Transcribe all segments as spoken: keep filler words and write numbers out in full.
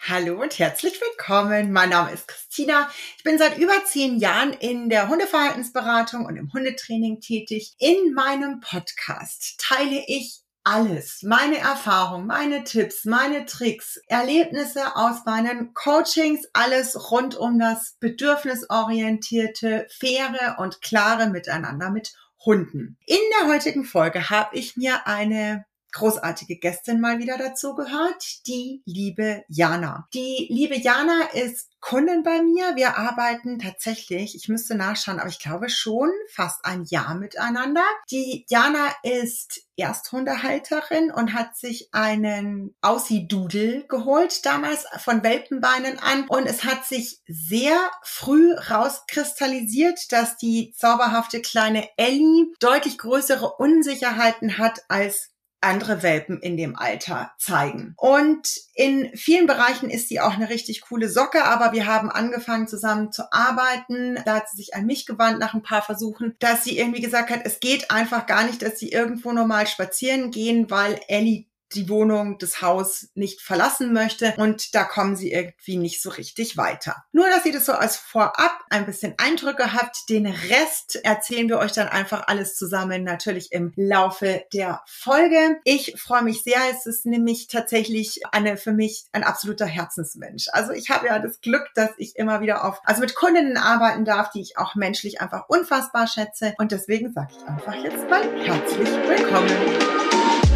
Hallo und herzlich willkommen. Mein Name ist Christina. Ich bin seit über zehn Jahren in der Hundeverhaltensberatung und im Hundetraining tätig. In meinem Podcast teile ich alles, meine Erfahrungen, meine Tipps, meine Tricks, Erlebnisse aus meinen Coachings, alles rund um das bedürfnisorientierte, faire und klare Miteinander mit Hunden. In der heutigen Folge habe ich mir eine großartige Gästin mal wieder dazu gehört, die liebe Jana. Die liebe Jana ist Kundin bei mir. Wir arbeiten tatsächlich, ich müsste nachschauen, aber ich glaube schon fast ein Jahr miteinander. Die Jana ist Ersthundehalterin und hat sich einen Aussie-Doodle geholt, damals von Welpenbeinen an. Und es hat sich sehr früh rauskristallisiert, dass die zauberhafte kleine Ellie deutlich größere Unsicherheiten hat als andere Welpen in dem Alter zeigen. Und in vielen Bereichen ist sie auch eine richtig coole Socke, aber wir haben angefangen zusammen zu arbeiten. Da hat sie sich an mich gewandt nach ein paar Versuchen, dass sie irgendwie gesagt hat, es geht einfach gar nicht, dass sie irgendwo normal spazieren gehen, weil Ellie die Wohnung, das Haus nicht verlassen möchte und da kommen sie irgendwie nicht so richtig weiter. Nur, dass ihr das so als Vorab ein bisschen Eindrücke habt. Den Rest erzählen wir euch dann einfach alles zusammen, natürlich im Laufe der Folge. Ich freue mich sehr. Es ist nämlich tatsächlich eine für mich ein absoluter Herzensmensch. Also ich habe ja das Glück, dass ich immer wieder auf, also mit Kundinnen arbeiten darf, die ich auch menschlich einfach unfassbar schätze. Und deswegen sage ich einfach jetzt mal herzlich willkommen.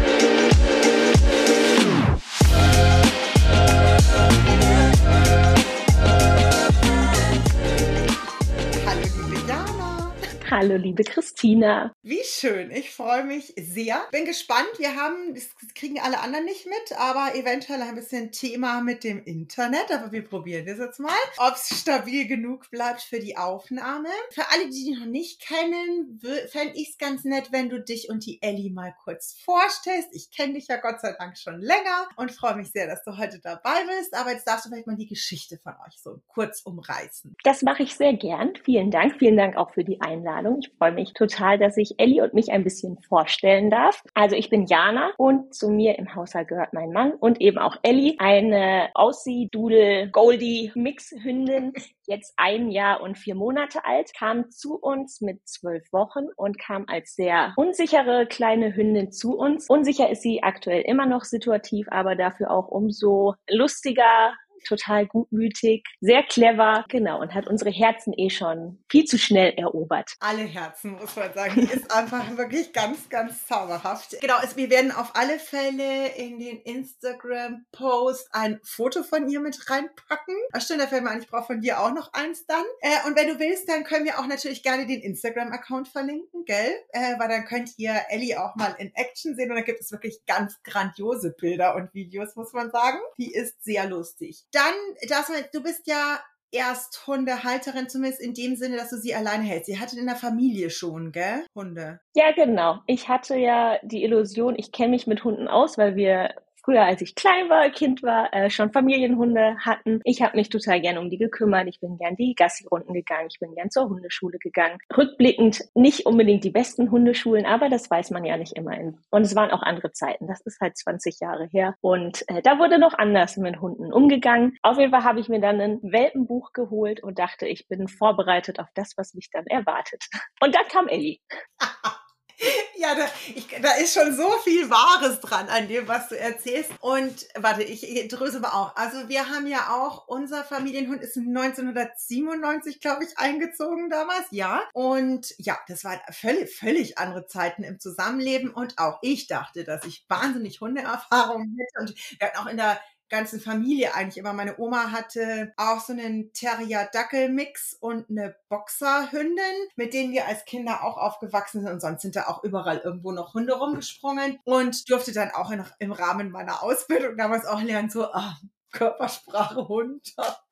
Hallo, liebe Christina. Wie schön, ich freue mich sehr. Bin gespannt, wir haben, das kriegen alle anderen nicht mit, aber eventuell ein bisschen Thema mit dem Internet, aber wir probieren das jetzt mal, ob es stabil genug bleibt für die Aufnahme. Für alle, die dich noch nicht kennen, fände ich es ganz nett, wenn du dich und die Ellie mal kurz vorstellst. Ich kenne dich ja Gott sei Dank schon länger und freue mich sehr, dass du heute dabei bist, aber jetzt darfst du vielleicht mal die Geschichte von euch so kurz umreißen. Das mache ich sehr gern. Vielen Dank. Vielen Dank auch für die Einladung. Ich freue mich total, dass ich Ellie und mich ein bisschen vorstellen darf. Also ich bin Jana und zu mir im Haushalt gehört mein Mann und eben auch Ellie, eine Aussie-Doodle-Goldie-Mix-Hündin, jetzt ein Jahr und vier Monate alt, kam zu uns mit zwölf Wochen und kam als sehr unsichere kleine Hündin zu uns. Unsicher ist sie aktuell immer noch situativ, aber dafür auch umso lustiger, total gutmütig, sehr clever, genau, und hat unsere Herzen eh schon viel zu schnell erobert. Alle Herzen, muss man sagen. Die ist einfach wirklich ganz, ganz zauberhaft. Genau, es, wir werden auf alle Fälle in den Instagram-Post ein Foto von ihr mit reinpacken. Ach stimmt, da fällt mir ein, ich brauche von dir auch noch eins dann. Äh, und wenn du willst, dann können wir auch natürlich gerne den Instagram-Account verlinken, gell? Äh, weil dann könnt ihr Ellie auch mal in Action sehen und da gibt es wirklich ganz grandiose Bilder und Videos, muss man sagen. Die ist sehr lustig. Dann, das, du bist ja Ersthundehalterin, zumindest in dem Sinne, dass du sie alleine hältst. Ihr hattet in der Familie schon, gell? Hunde. Ja, genau. Ich hatte ja die Illusion, ich kenne mich mit Hunden aus, weil wir früher, als ich klein war, Kind war, äh, schon Familienhunde hatten. Ich habe mich total gern um die gekümmert. Ich bin gern die Gassi-Runden gegangen. Ich bin gern zur Hundeschule gegangen. Rückblickend nicht unbedingt die besten Hundeschulen, aber das weiß man ja nicht immer. Und es waren auch andere Zeiten. Das ist halt zwanzig Jahre her. Und äh, da wurde noch anders mit Hunden umgegangen. Auf jeden Fall habe ich mir dann ein Welpenbuch geholt und dachte, ich bin vorbereitet auf das, was mich dann erwartet. Und dann kam Ellie. Ja, da, ich, da ist schon so viel Wahres dran an dem, was du erzählst. Und warte, ich, ich dröse mal auf. Also wir haben ja auch, unser Familienhund ist neunzehnhundertsiebenundneunzig, glaube ich, eingezogen damals. Ja. Und ja, das waren völlig, völlig andere Zeiten im Zusammenleben. Und auch ich dachte, dass ich wahnsinnig Hundeerfahrung hätte. Und wir hatten auch in der ganzen Familie eigentlich immer. Meine Oma hatte auch so einen Terrier-Dackel-Mix und eine Boxerhündin, mit denen wir als Kinder auch aufgewachsen sind. Und sonst sind da auch überall irgendwo noch Hunde rumgesprungen und durfte dann auch noch im Rahmen meiner Ausbildung damals auch lernen, so ah, Körpersprache Hund, oh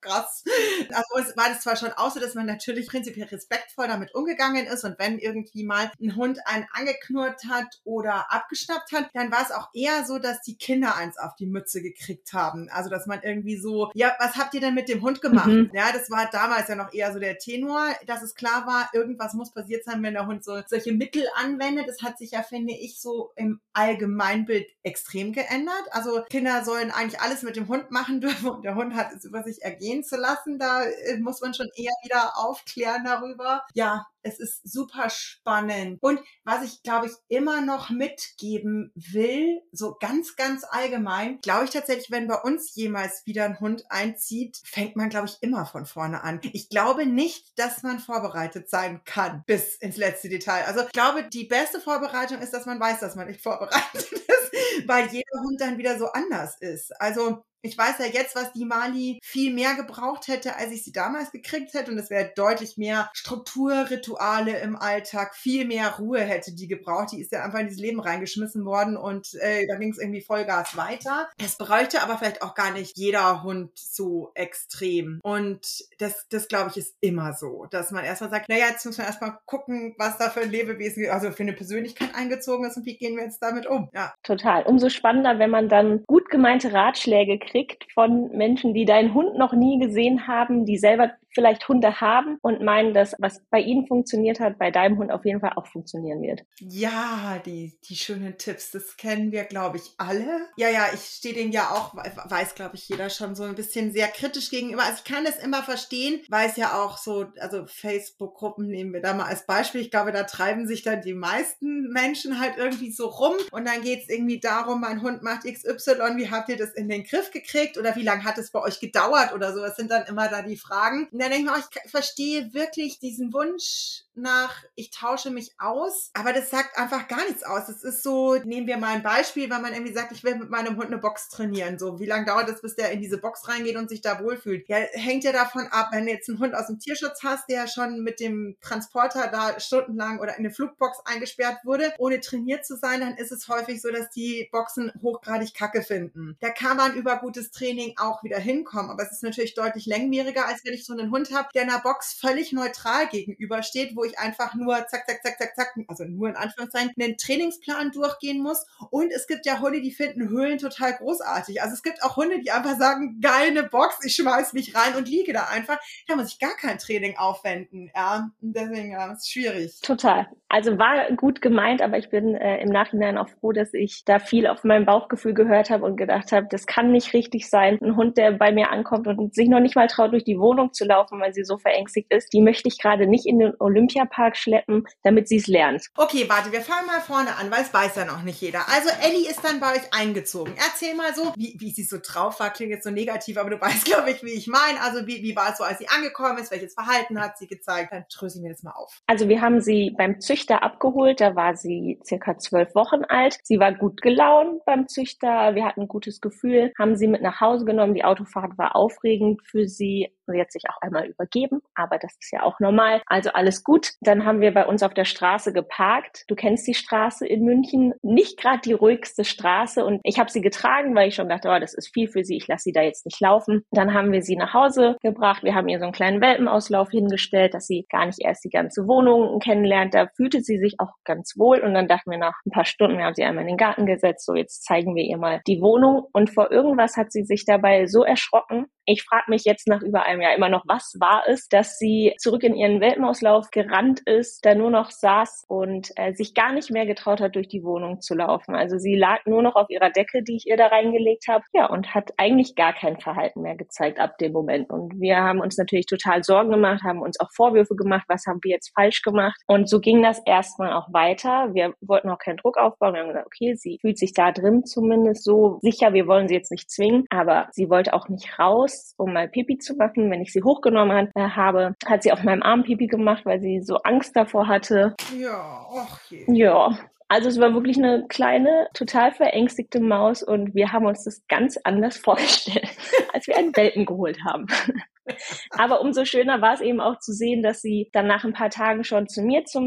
krass. Also es war das zwar schon auch so, dass man natürlich prinzipiell respektvoll damit umgegangen ist und wenn irgendwie mal ein Hund einen angeknurrt hat oder abgeschnappt hat, dann war es auch eher so, dass die Kinder eins auf die Mütze gekriegt haben. Also dass man irgendwie so, ja, was habt ihr denn mit dem Hund gemacht? Mhm. Ja, das war damals ja noch eher so der Tenor, dass es klar war, irgendwas muss passiert sein, wenn der Hund so solche Mittel anwendet. Das hat sich ja, finde ich, so im Allgemeinbild extrem geändert. Also Kinder sollen eigentlich alles mit dem Hund machen dürfen und der Hund hat es über sich ergehen zu lassen. Da äh, muss man schon eher wieder aufklären darüber. Ja, es ist super spannend. Und was ich, glaube ich, immer noch mitgeben will, so ganz, ganz allgemein, glaube ich tatsächlich, wenn bei uns jemals wieder ein Hund einzieht, fängt man, glaube ich, immer von vorne an. Ich glaube nicht, dass man vorbereitet sein kann bis ins letzte Detail. Also ich glaube, die beste Vorbereitung ist, dass man weiß, dass man nicht vorbereitet ist, weil jeder Hund dann wieder so anders ist. Also ich weiß ja jetzt, was die Mali viel mehr gebraucht hätte, als ich sie damals gekriegt hätte. Und es wäre deutlich mehr Struktur, Rituale im Alltag, viel mehr Ruhe hätte die gebraucht. Die ist ja einfach in dieses Leben reingeschmissen worden und äh, da ging es irgendwie Vollgas weiter. Das bräuchte aber vielleicht auch gar nicht jeder Hund so extrem. Und das, das glaube ich, ist immer so, dass man erstmal sagt, naja, jetzt muss man erstmal gucken, was da für ein Lebewesen, also für eine Persönlichkeit eingezogen ist und wie gehen wir jetzt damit um. Ja. Total. Umso spannender, wenn man dann gut gemeinte Ratschläge kriegt von Menschen, die deinen Hund noch nie gesehen haben, die selber vielleicht Hunde haben und meinen, dass was bei ihnen funktioniert hat, bei deinem Hund auf jeden Fall auch funktionieren wird. Ja, die, die schönen Tipps, das kennen wir, glaube ich, alle. Ja, ja, ich stehe denen ja auch, weiß, glaube ich, jeder schon so ein bisschen sehr kritisch gegenüber. Also ich kann das immer verstehen, weil es ja auch so, also Facebook-Gruppen nehmen wir da mal als Beispiel. Ich glaube, da treiben sich dann die meisten Menschen halt irgendwie so rum und dann geht es irgendwie darum, mein Hund macht X Y, wie habt ihr das in den Griff gekriegt oder wie lange hat es bei euch gedauert oder so. Das sind dann immer da die Fragen. Und dann denke ich mir, ich verstehe wirklich diesen Wunsch nach, ich tausche mich aus, aber das sagt einfach gar nichts aus. Das ist so, nehmen wir mal ein Beispiel, wenn man irgendwie sagt, ich will mit meinem Hund eine Box trainieren. So, wie lange dauert es, bis der in diese Box reingeht und sich da wohlfühlt? Ja, hängt ja davon ab, wenn du jetzt einen Hund aus dem Tierschutz hast, der schon mit dem Transporter da stundenlang oder in eine Flugbox eingesperrt wurde, ohne trainiert zu sein, dann ist es häufig so, dass die Boxen hochgradig Kacke finden. Da kann man über gutes Training auch wieder hinkommen, aber es ist natürlich deutlich langwieriger, als wenn ich so einen Hund habe, der einer Box völlig neutral gegenübersteht, wo ich einfach nur zack, zack, zack, zack, zack, also nur in Anführungszeichen, einen Trainingsplan durchgehen muss. Und es gibt ja Hunde, die finden Höhlen total großartig. Also es gibt auch Hunde, die einfach sagen, geil, eine Box, ich schmeiß mich rein und liege da einfach. Da muss ich gar kein Training aufwenden. Ja, deswegen, ja, das ist schwierig. Total. Also war gut gemeint, aber ich bin äh, im Nachhinein auch froh, dass ich da viel auf mein Bauchgefühl gehört habe und gedacht habe, das kann nicht richtig sein. Ein Hund, der bei mir ankommt und sich noch nicht mal traut, durch die Wohnung zu laufen, weil sie so verängstigt ist, die möchte ich gerade nicht in den Olympiapark schleppen, damit sie es lernt. Okay, warte, wir fangen mal vorne an, weil es weiß ja noch nicht jeder. Also Ellie ist dann bei euch eingezogen. Erzähl mal so, wie, wie sie so drauf war, klingt jetzt so negativ, aber du weißt, glaube ich, wie ich meine. Also wie, wie war es so, als sie angekommen ist, welches Verhalten hat sie gezeigt? Dann drösel mir das mal auf. Also wir haben sie beim Züchter abgeholt, da war sie circa zwölf Wochen alt. Sie war gut gelaunt beim Züchter, wir hatten ein gutes Gefühl, haben sie mit nach Hause genommen. Die Autofahrt war aufregend für sie. Sie hat sich auch einmal übergeben, aber das ist ja auch normal. Also alles gut. Dann haben wir bei uns auf der Straße geparkt. Du kennst die Straße in München, nicht gerade die ruhigste Straße. Und ich habe sie getragen, weil ich schon dachte, oh, das ist viel für sie, ich lasse sie da jetzt nicht laufen. Dann haben wir sie nach Hause gebracht. Wir haben ihr so einen kleinen Welpenauslauf hingestellt, dass sie gar nicht erst die ganze Wohnung kennenlernt. Da fühlte sie sich auch ganz wohl. Und dann dachten wir nach ein paar Stunden, wir haben sie einmal in den Garten gesetzt, so jetzt zeigen wir ihr mal die Wohnung. Und vor irgendwas hat sie sich dabei so erschrocken. Ich frage mich jetzt nach über einem Jahr immer noch, was war es, dass sie zurück in ihren Welpenauslauf gerannt ist, da nur noch saß und äh, sich gar nicht mehr getraut hat, durch die Wohnung zu laufen. Also sie lag nur noch auf ihrer Decke, die ich ihr da reingelegt habe, ja, und hat eigentlich gar kein Verhalten mehr gezeigt ab dem Moment. Und wir haben uns natürlich total Sorgen gemacht, haben uns auch Vorwürfe gemacht, was haben wir jetzt falsch gemacht. Und so ging das erstmal auch weiter. Wir wollten auch keinen Druck aufbauen. Wir haben gesagt, okay, sie fühlt sich da drin zumindest so sicher, wir wollen sie jetzt nicht zwingen, aber sie wollte auch nicht raus, um mal Pipi zu machen. Wenn ich sie hochgenommen äh, habe, hat sie auf meinem Arm Pipi gemacht, weil sie so Angst davor hatte. Ja, ach je. Ja, also es war wirklich eine kleine, total verängstigte Maus und wir haben uns das ganz anders vorgestellt, als wir einen Welpen geholt haben. Aber umso schöner war es eben auch zu sehen, dass sie dann nach ein paar Tagen schon zu mir zumindest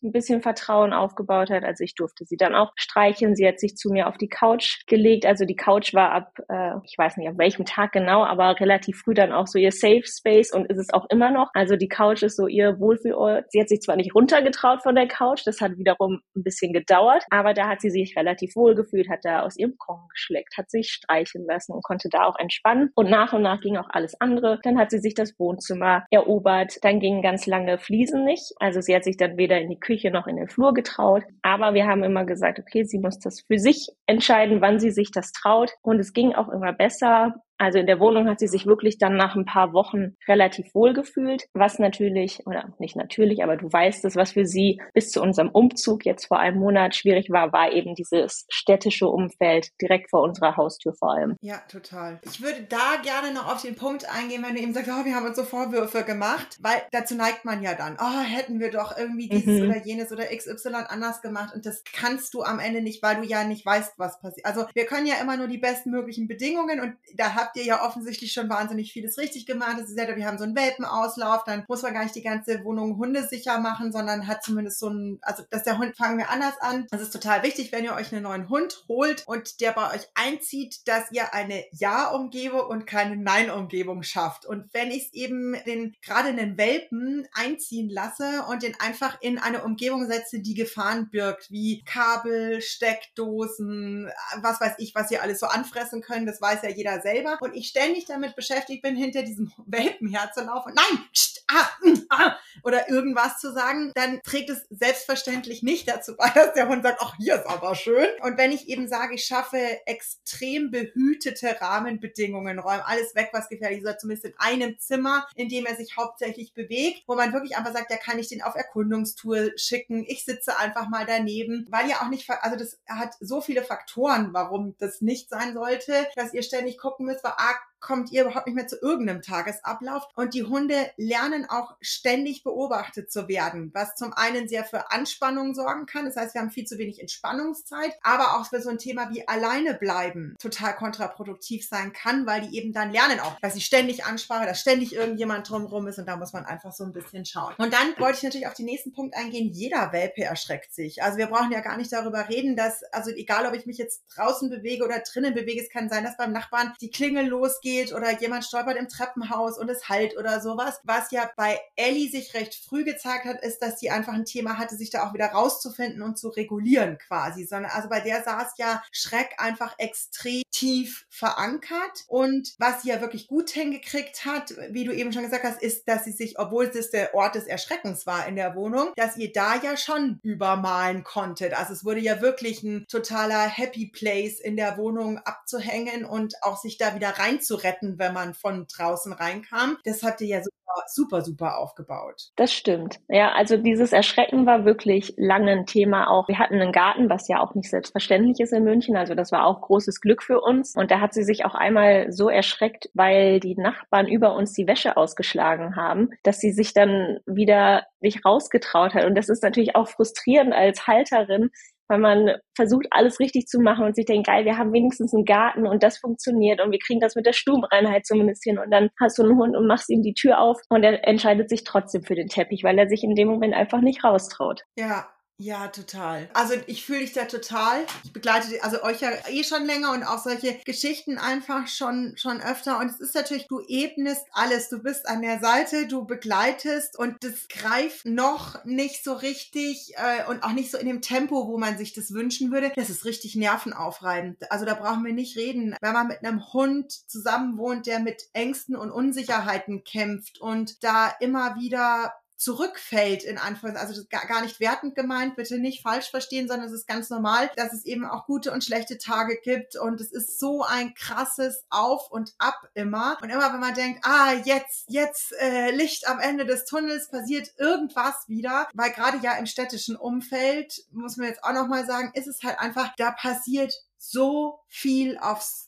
ein bisschen Vertrauen aufgebaut hat. Also ich durfte sie dann auch streicheln. Sie hat sich zu mir auf die Couch gelegt. Also die Couch war ab, äh, ich weiß nicht, ab welchem Tag genau, aber relativ früh dann auch so ihr Safe Space und ist es auch immer noch. Also die Couch ist so ihr Wohlfühlort. Sie hat sich zwar nicht runtergetraut von der Couch, das hat wiederum ein bisschen gedauert, aber da hat sie sich relativ wohl gefühlt, hat da aus ihrem Kong geschleckt, hat sich streicheln lassen und konnte da auch entspannen. Und nach und nach ging auch alles andere. Dann hat sie sich das Wohnzimmer erobert. Dann gingen ganz lange Fliesen nicht. Also sie hat sich dann weder in die Küche noch in den Flur getraut. Aber wir haben immer gesagt, okay, sie muss das für sich entscheiden, wann sie sich das traut. Und es ging auch immer besser. Also in der Wohnung hat sie sich wirklich dann nach ein paar Wochen relativ wohl gefühlt, was natürlich, oder nicht natürlich, aber du weißt es, was für sie bis zu unserem Umzug jetzt vor einem Monat schwierig war, war eben dieses städtische Umfeld direkt vor unserer Haustür vor allem. Ja, total. Ich würde da gerne noch auf den Punkt eingehen, wenn du eben sagst, oh, wir haben uns so Vorwürfe gemacht, weil dazu neigt man ja dann, oh, hätten wir doch irgendwie dieses Mhm. oder jenes oder X Y anders gemacht und das kannst du am Ende nicht, weil du ja nicht weißt, was passiert. Also wir können ja immer nur die bestmöglichen Bedingungen und da habt ihr ja offensichtlich schon wahnsinnig vieles richtig gemacht. Das ist ja, wir haben so einen Welpenauslauf, dann muss man gar nicht die ganze Wohnung hundesicher machen, sondern hat zumindest so ein, also dass der Hund, fangen wir anders an. Das ist total wichtig, wenn ihr euch einen neuen Hund holt und der bei euch einzieht, dass ihr eine Ja-Umgebung und keine Nein-Umgebung schafft. Und wenn ich es eben den, gerade einen Welpen einziehen lasse und den einfach in eine Umgebung setze, die Gefahren birgt, wie Kabel, Steckdosen, was weiß ich, was ihr alles so anfressen können, das weiß ja jeder selber. Und ich ständig damit beschäftigt bin, hinter diesem Welpen herzulaufen. Nein! Pst, ah, mm, ah, oder irgendwas zu sagen, dann trägt es selbstverständlich nicht dazu bei, dass der Hund sagt, ach, hier ist aber schön. Und wenn ich eben sage, ich schaffe extrem behütete Rahmenbedingungen, räume alles weg, was gefährlich ist, oder zumindest in einem Zimmer, in dem er sich hauptsächlich bewegt, wo man wirklich einfach sagt, ja, kann ich den auf Erkundungstour schicken, ich sitze einfach mal daneben, weil ja auch nicht, also das hat so viele Faktoren, warum das nicht sein sollte, dass ihr ständig gucken müsst, war, ah, kommt ihr überhaupt nicht mehr zu irgendeinem Tagesablauf. Und die Hunde lernen auch ständig beobachtet zu werden, was zum einen sehr für Anspannung sorgen kann. Das heißt, wir haben viel zu wenig Entspannungszeit, aber auch für so ein Thema wie alleine bleiben total kontraproduktiv sein kann, weil die eben dann lernen auch, dass ich ständig ansprache, dass ständig irgendjemand drumherum ist und da muss man einfach so ein bisschen schauen. Und dann wollte ich natürlich auf den nächsten Punkt eingehen. Jeder Welpe erschreckt sich. Also wir brauchen ja gar nicht darüber reden, dass, also egal, ob ich mich jetzt draußen bewege oder drinnen bewege, es kann sein, dass beim Nachbarn die Klingel losgeht oder jemand stolpert im Treppenhaus und es halt oder sowas. Was ja bei Ellie sich recht früh gezeigt hat, ist, dass sie einfach ein Thema hatte, sich da auch wieder rauszufinden und zu regulieren quasi. Sondern also bei der saß ja Schreck einfach extrem tief verankert und was sie ja wirklich gut hingekriegt hat, wie du eben schon gesagt hast, ist, dass sie sich, obwohl es der Ort des Erschreckens war in der Wohnung, dass ihr da ja schon übermalen konntet. Also es wurde ja wirklich ein totaler Happy Place in der Wohnung abzuhängen und auch sich da wieder reinzuretten, wenn man von draußen reinkam. Das habt ihr ja super, super, super aufgebaut. Das stimmt. Ja, also dieses Erschrecken war wirklich lange ein Thema auch. Wir hatten einen Garten, was ja auch nicht selbstverständlich ist in München. Also das war auch großes Glück für uns. Und da hat sie sich auch einmal so erschreckt, weil die Nachbarn über uns die Wäsche ausgeschlagen haben, dass sie sich dann wieder nicht rausgetraut hat. Und das ist natürlich auch frustrierend als Halterin, weil man versucht, alles richtig zu machen und sich denkt, geil, wir haben wenigstens einen Garten und das funktioniert und wir kriegen das mit der Stubenreinheit zumindest hin und dann hast du einen Hund und machst ihm die Tür auf und er entscheidet sich trotzdem für den Teppich, weil er sich in dem Moment einfach nicht raustraut. Ja. Ja, total. Also ich fühle dich da total. Ich begleite also euch ja eh schon länger und auch solche Geschichten einfach schon schon öfter. Und es ist natürlich, du ebnest alles. Du bist an der Seite, du begleitest und das greift noch nicht so richtig äh, und auch nicht so in dem Tempo, wo man sich das wünschen würde. Das ist richtig nervenaufreibend. Also da brauchen wir nicht reden. Wenn man mit einem Hund zusammen wohnt, der mit Ängsten und Unsicherheiten kämpft und da immer wieder zurückfällt, in Anführungszeichen, also das ist gar nicht wertend gemeint, bitte nicht falsch verstehen, sondern es ist ganz normal, dass es eben auch gute und schlechte Tage gibt und es ist so ein krasses Auf und Ab immer und immer wenn man denkt, ah, jetzt, jetzt äh, Licht am Ende des Tunnels, passiert irgendwas wieder, weil gerade ja im städtischen Umfeld, muss man jetzt auch nochmal sagen, ist es halt einfach, da passiert so viel aufs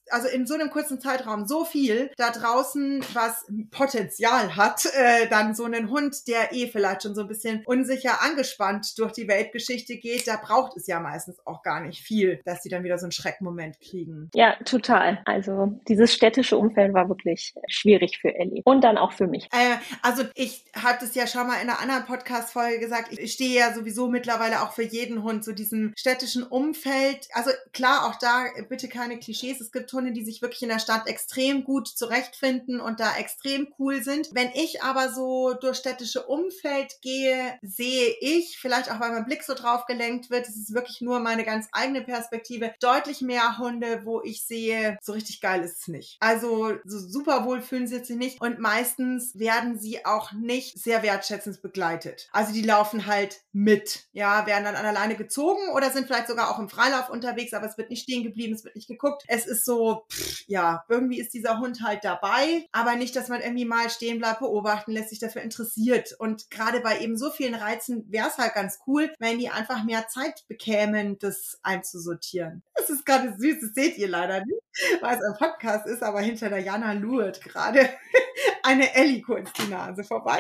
also in so einem kurzen Zeitraum so viel da draußen, was Potenzial hat, äh, dann so einen Hund, der eh vielleicht schon so ein bisschen unsicher angespannt durch die Weltgeschichte geht, da braucht es ja meistens auch gar nicht viel, dass die dann wieder so einen Schreckmoment kriegen. Ja, total. Also dieses städtische Umfeld war wirklich schwierig für Ellie und dann auch für mich. Äh, also ich habe das ja schon mal in einer anderen Podcast-Folge gesagt, ich stehe ja sowieso mittlerweile auch für jeden Hund, so diesem städtischen Umfeld. Also klar, auch da bitte keine Klischees. Es gibt Hunde, die sich wirklich in der Stadt extrem gut zurechtfinden und da extrem cool sind. Wenn ich aber so durch städtische Umfeld gehe, sehe ich, vielleicht auch weil mein Blick so drauf gelenkt wird, es ist wirklich nur meine ganz eigene Perspektive, deutlich mehr Hunde, wo ich sehe, so richtig geil ist es nicht. Also so super wohl fühlen sie sich nicht und meistens werden sie auch nicht sehr wertschätzend begleitet. Also die laufen halt mit, ja, werden dann an der Leine gezogen oder sind vielleicht sogar auch im Freilauf unterwegs, aber es wird nicht stehen geblieben, es wird nicht geguckt. Es ist so, pff, ja, irgendwie ist dieser Hund halt dabei, aber nicht, dass man irgendwie mal stehen bleibt, beobachten lässt, sich dafür interessiert. Und gerade bei eben so vielen Reizen wäre es halt ganz cool, wenn die einfach mehr Zeit bekämen, das einzusortieren. Das ist gerade süß, das seht ihr leider nicht, weil es ein Podcast ist, aber hinter der Jana luert gerade eine Ellie kurz die Nase vorbei.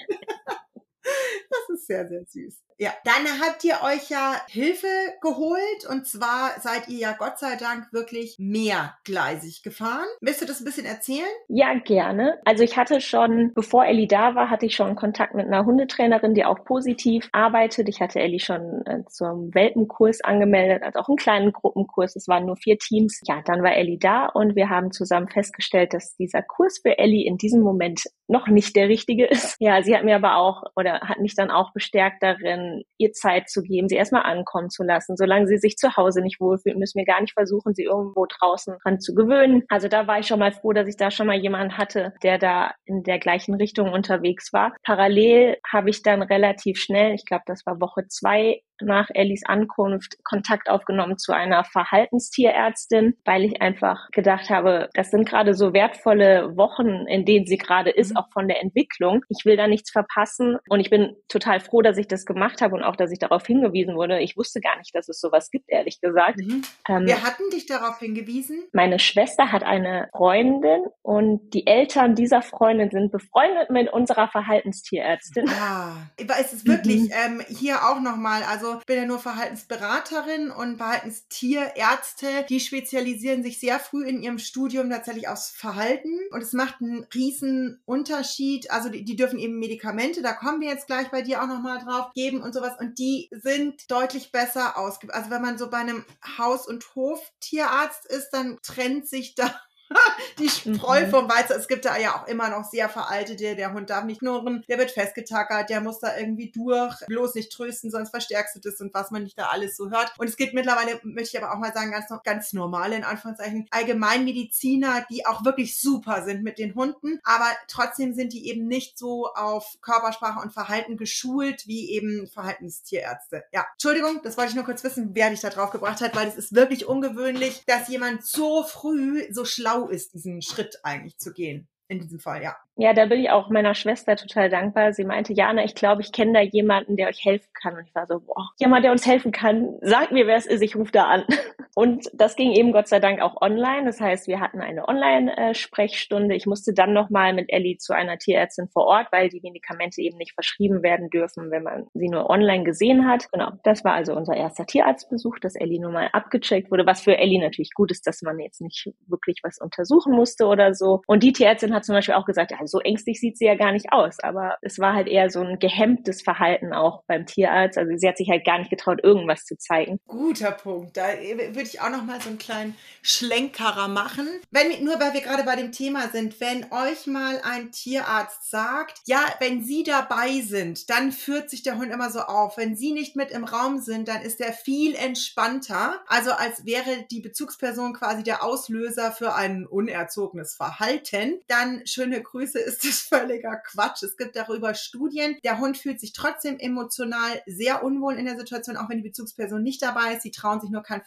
Das ist sehr, sehr süß. Ja, dann habt ihr euch ja Hilfe geholt und zwar seid ihr ja Gott sei Dank wirklich mehrgleisig gefahren. Willst du das ein bisschen erzählen? Ja, gerne. Also ich hatte schon, bevor Ellie da war, hatte ich schon Kontakt mit einer Hundetrainerin, die auch positiv arbeitet. Ich hatte Ellie schon äh, zum Welpenkurs angemeldet, also auch einen kleinen Gruppenkurs. Es waren nur vier Teams. Ja, dann war Ellie da und wir haben zusammen festgestellt, dass dieser Kurs für Ellie in diesem Moment noch nicht der richtige ist. Ja, sie hat mir aber auch oder hat mich dann auch bestärkt darin, ihr Zeit zu geben, sie erstmal ankommen zu lassen. Solange sie sich zu Hause nicht wohlfühlt, müssen wir gar nicht versuchen, sie irgendwo draußen dran zu gewöhnen. Also da war ich schon mal froh, dass ich da schon mal jemanden hatte, der da in der gleichen Richtung unterwegs war. Parallel habe ich dann relativ schnell, ich glaube, das war Woche zwei nach Ellies Ankunft, Kontakt aufgenommen zu einer Verhaltenstierärztin, weil ich einfach gedacht habe, das sind gerade so wertvolle Wochen, in denen sie gerade ist, auch von der Entwicklung. Ich will da nichts verpassen und ich bin total froh, dass ich das gemacht habe und auch, dass ich darauf hingewiesen wurde. Ich wusste gar nicht, dass es sowas gibt, ehrlich gesagt. Mhm. Ähm, Wir hatten dich darauf hingewiesen? Meine Schwester hat eine Freundin und die Eltern dieser Freundin sind befreundet mit unserer Verhaltenstierärztin. Ah, es ist wirklich Mhm. ähm, hier auch nochmal, also ich bin ja nur Verhaltensberaterin und Verhaltenstierärzte, die spezialisieren sich sehr früh in ihrem Studium tatsächlich aufs Verhalten und es macht einen riesen Unterschied, also die, die dürfen eben Medikamente, da kommen wir jetzt gleich bei dir auch nochmal drauf, geben und sowas und die sind deutlich besser ausgebildet. Also wenn man so bei einem Haus- und Hoftierarzt ist, dann trennt sich da die Spreu Mhm. vom Weizen. Es gibt da ja auch immer noch sehr veraltete, der Hund darf nicht knurren, der wird festgetackert, der muss da irgendwie durch, bloß nicht trösten, sonst verstärkst du das und was man nicht da alles so hört. Und es gibt mittlerweile, möchte ich aber auch mal sagen, ganz, ganz normale, in Anführungszeichen, Allgemeinmediziner, die auch wirklich super sind mit den Hunden, aber trotzdem sind die eben nicht so auf Körpersprache und Verhalten geschult wie eben Verhaltenstierärzte. Ja, Entschuldigung, das wollte ich nur kurz wissen, wer dich da drauf gebracht hat, weil es ist wirklich ungewöhnlich, dass jemand so früh so schlau ist, diesen Schritt eigentlich zu gehen. In diesem Fall, ja. Ja, da bin ich auch meiner Schwester total dankbar. Sie meinte, Jana, ich glaube, ich kenne da jemanden, der euch helfen kann. Und ich war so, boah, jemand, der uns helfen kann, sagt mir, wer es ist, ich rufe da an. Und das ging eben Gott sei Dank auch online. Das heißt, wir hatten eine Online-Sprechstunde. Ich musste dann nochmal mit Ellie zu einer Tierärztin vor Ort, weil die Medikamente eben nicht verschrieben werden dürfen, wenn man sie nur online gesehen hat. Genau, das war also unser erster Tierarztbesuch, dass Ellie nur mal abgecheckt wurde, was für Ellie natürlich gut ist, dass man jetzt nicht wirklich was untersuchen musste oder so. Und die Tierärztin hat zum Beispiel auch gesagt, ja, so ängstlich sieht sie ja gar nicht aus, aber es war halt eher so ein gehemmtes Verhalten auch beim Tierarzt. Also sie hat sich halt gar nicht getraut, irgendwas zu zeigen. Guter Punkt. Da würde ich auch noch mal so einen kleinen Schlenkerer machen. Wenn, nur weil wir gerade bei dem Thema sind, wenn euch mal ein Tierarzt sagt, ja, wenn Sie dabei sind, dann führt sich der Hund immer so auf. Wenn Sie nicht mit im Raum sind, dann ist er viel entspannter. Also als wäre die Bezugsperson quasi der Auslöser für ein unerzogenes Verhalten. Dann schöne Grüße, ist das völliger Quatsch. Es gibt darüber Studien. Der Hund fühlt sich trotzdem emotional sehr unwohl in der Situation, auch wenn die Bezugsperson nicht dabei ist. Sie trauen sich nur kein Verhalten zu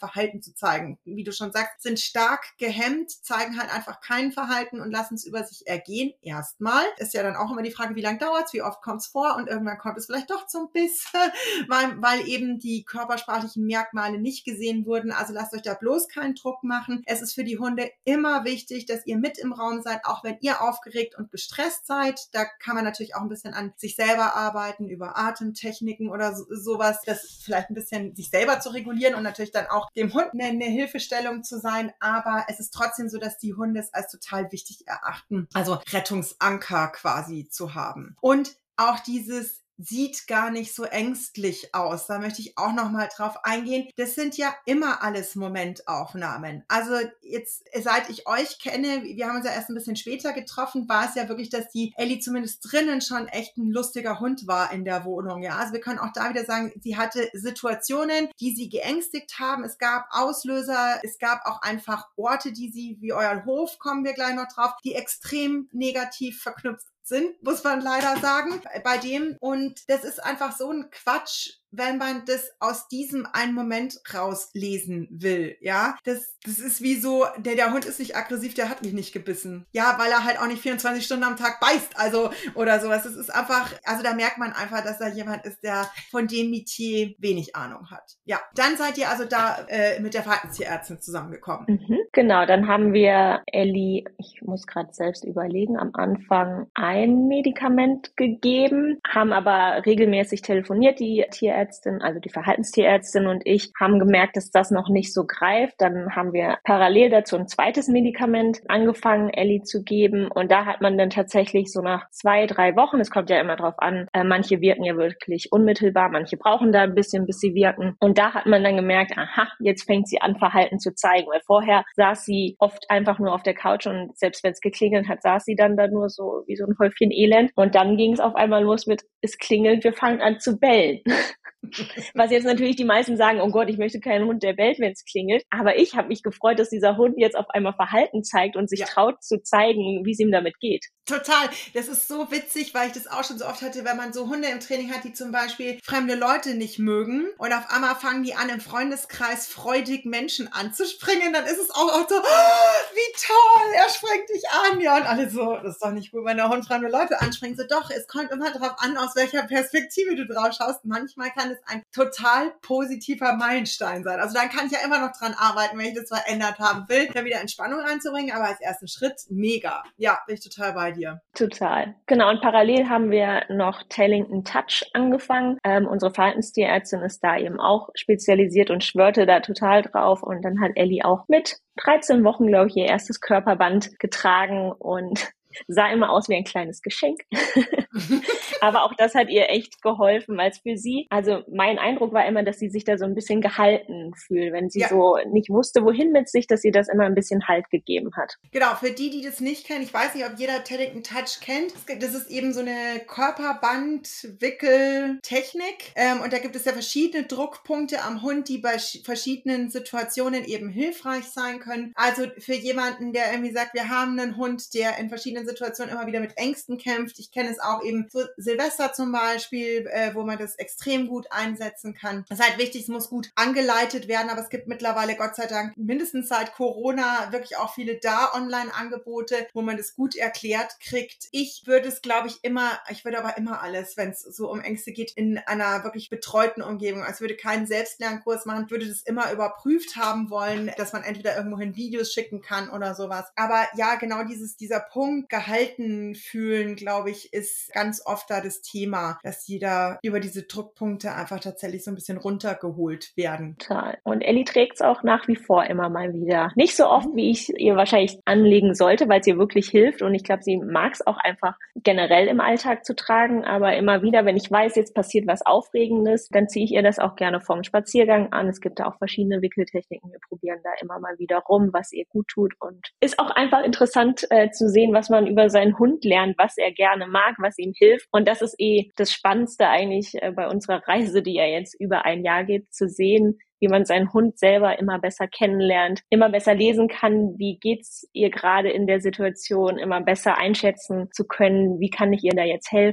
zu zeigen. Wie du schon sagst, sind stark gehemmt, zeigen halt einfach kein Verhalten und lassen es über sich ergehen. Erstmal ist ja dann auch immer die Frage, wie lange dauert's, wie oft kommt's vor und irgendwann kommt es vielleicht doch zum Biss, weil, weil eben die körpersprachlichen Merkmale nicht gesehen wurden. Also lasst euch da bloß keinen Druck machen. Es ist für die Hunde immer wichtig, dass ihr mit im Raum seid, auch wenn ihr aufgeregt und gestresst seid. Da kann man natürlich auch ein bisschen an sich selber arbeiten, über Atemtechniken oder so, sowas, das vielleicht ein bisschen sich selber zu regulieren und natürlich dann auch dem Hund eine, eine Hilfestellung zu sein. Aber es ist trotzdem so, dass die Hunde es als total wichtig erachten, also Rettungsanker quasi zu haben. Und auch dieses sieht gar nicht so ängstlich aus. Da möchte ich auch noch mal drauf eingehen. Das sind ja immer alles Momentaufnahmen. Also jetzt, seit ich euch kenne, wir haben uns ja erst ein bisschen später getroffen, war es ja wirklich, dass die Ellie zumindest drinnen schon echt ein lustiger Hund war in der Wohnung. Ja, also wir können auch da wieder sagen, sie hatte Situationen, die sie geängstigt haben. Es gab Auslöser, es gab auch einfach Orte, die sie, wie euer Hof, kommen wir gleich noch drauf, die extrem negativ verknüpft sind, muss man leider sagen, bei dem. Und das ist einfach so ein Quatsch, wenn man das aus diesem einen Moment rauslesen will, ja. Das, das ist wie so, der, der Hund ist nicht aggressiv, der hat mich nicht gebissen. Ja, weil er halt auch nicht vierundzwanzig Stunden am Tag beißt, also, oder sowas. Das ist einfach, also da merkt man einfach, dass da jemand ist, der von dem Metier wenig Ahnung hat. Ja, dann seid ihr also da äh, mit der Verhaltenstierärztin zusammengekommen. Mhm, genau, dann haben wir Ellie, ich muss gerade selbst überlegen, am Anfang ein Medikament gegeben, haben aber regelmäßig telefoniert, die Tierärztin, also die Verhaltenstierärztin und ich, haben gemerkt, dass das noch nicht so greift. Dann haben wir parallel dazu ein zweites Medikament angefangen, Ellie zu geben. Und da hat man dann tatsächlich so nach zwei, drei Wochen, es kommt ja immer drauf an, äh, manche wirken ja wirklich unmittelbar, manche brauchen da ein bisschen, bis sie wirken. Und da hat man dann gemerkt, aha, jetzt fängt sie an, Verhalten zu zeigen. Weil vorher saß sie oft einfach nur auf der Couch und selbst wenn es geklingelt hat, saß sie dann da nur so wie so ein Häufchen Elend. Und dann ging es auf einmal los mit, es klingelt, wir fangen an zu bellen. Was jetzt natürlich die meisten sagen, oh Gott, ich möchte keinen Hund, der bellt, wenn es klingelt. Aber ich habe mich gefreut, dass dieser Hund jetzt auf einmal Verhalten zeigt und sich ja. traut zu zeigen, wie es ihm damit geht. Total. Das ist so witzig, weil ich das auch schon so oft hatte, wenn man so Hunde im Training hat, die zum Beispiel fremde Leute nicht mögen und auf einmal fangen die an, im Freundeskreis freudig Menschen anzuspringen, dann ist es auch, auch so, oh, wie toll, er springt dich an. Ja, und alle so, das ist doch nicht gut, wenn der Hund fremde Leute anspringt. So, doch, es kommt immer darauf an, aus welcher Perspektive du drauf schaust. Manchmal kann es ein total positiver Meilenstein sein. Also dann kann ich ja immer noch dran arbeiten, wenn ich das verändert haben will, da wieder Entspannung reinzubringen, aber als ersten Schritt mega. Ja, bin ich total bei dir. Total. Genau, und parallel haben wir noch Tellington Touch angefangen. Ähm, unsere Verhaltenstierärztin ist da eben auch spezialisiert und schwörte da total drauf. Und dann hat Ellie auch mit dreizehn Wochen, glaube ich, ihr erstes Körperband getragen und sah immer aus wie ein kleines Geschenk. Aber auch das hat ihr echt geholfen, weil es für sie, also mein Eindruck war immer, dass sie sich da so ein bisschen gehalten fühlt, wenn sie ja. so nicht wusste, wohin mit sich, dass sie das immer ein bisschen Halt gegeben hat. Genau, für die, die das nicht kennen, ich weiß nicht, ob jeder Tellington Touch kennt, das ist eben so eine Körperband-Wickel-Technik ähm, und da gibt es ja verschiedene Druckpunkte am Hund, die bei verschiedenen Situationen eben hilfreich sein können. Also für jemanden, der irgendwie sagt, wir haben einen Hund, der in verschiedenen Situationen immer wieder mit Ängsten kämpft. Ich kenne es auch eben so Silvester zum Beispiel, äh, wo man das extrem gut einsetzen kann. Das ist halt wichtig, es muss gut angeleitet werden, aber es gibt mittlerweile, Gott sei Dank, mindestens seit Corona wirklich auch viele da Online-Angebote, wo man das gut erklärt kriegt. Ich würde es, glaube ich, immer, ich würde aber immer alles, wenn es so um Ängste geht, in einer wirklich betreuten Umgebung, als würde keinen Selbstlernkurs machen, würde das immer überprüft haben wollen, dass man entweder irgendwohin Videos schicken kann oder sowas. Aber ja, genau dieses, dieser Punkt, gehalten fühlen, glaube ich, ist ganz oft da das Thema, dass die da über diese Druckpunkte einfach tatsächlich so ein bisschen runtergeholt werden. Total. Und Ellie trägt es auch nach wie vor immer mal wieder. Nicht so oft, wie ich ihr wahrscheinlich anlegen sollte, weil es ihr wirklich hilft. Und ich glaube, sie mag es auch einfach generell im Alltag zu tragen. Aber immer wieder, wenn ich weiß, jetzt passiert was Aufregendes, dann ziehe ich ihr das auch gerne vom Spaziergang an. Es gibt da auch verschiedene Wickeltechniken. Wir probieren da immer mal wieder rum, was ihr gut tut. Und ist auch einfach interessant äh, zu sehen, was man über seinen Hund lernt, was er gerne mag, was ihm hilft. Und das ist eh das Spannendste eigentlich äh, bei unserer Reise, die ja jetzt über ein Jahr geht, zu sehen, wie man seinen Hund selber immer besser kennenlernt, immer besser lesen kann, wie geht's ihr gerade in der Situation, immer besser einschätzen zu können, wie kann ich ihr da jetzt helfen.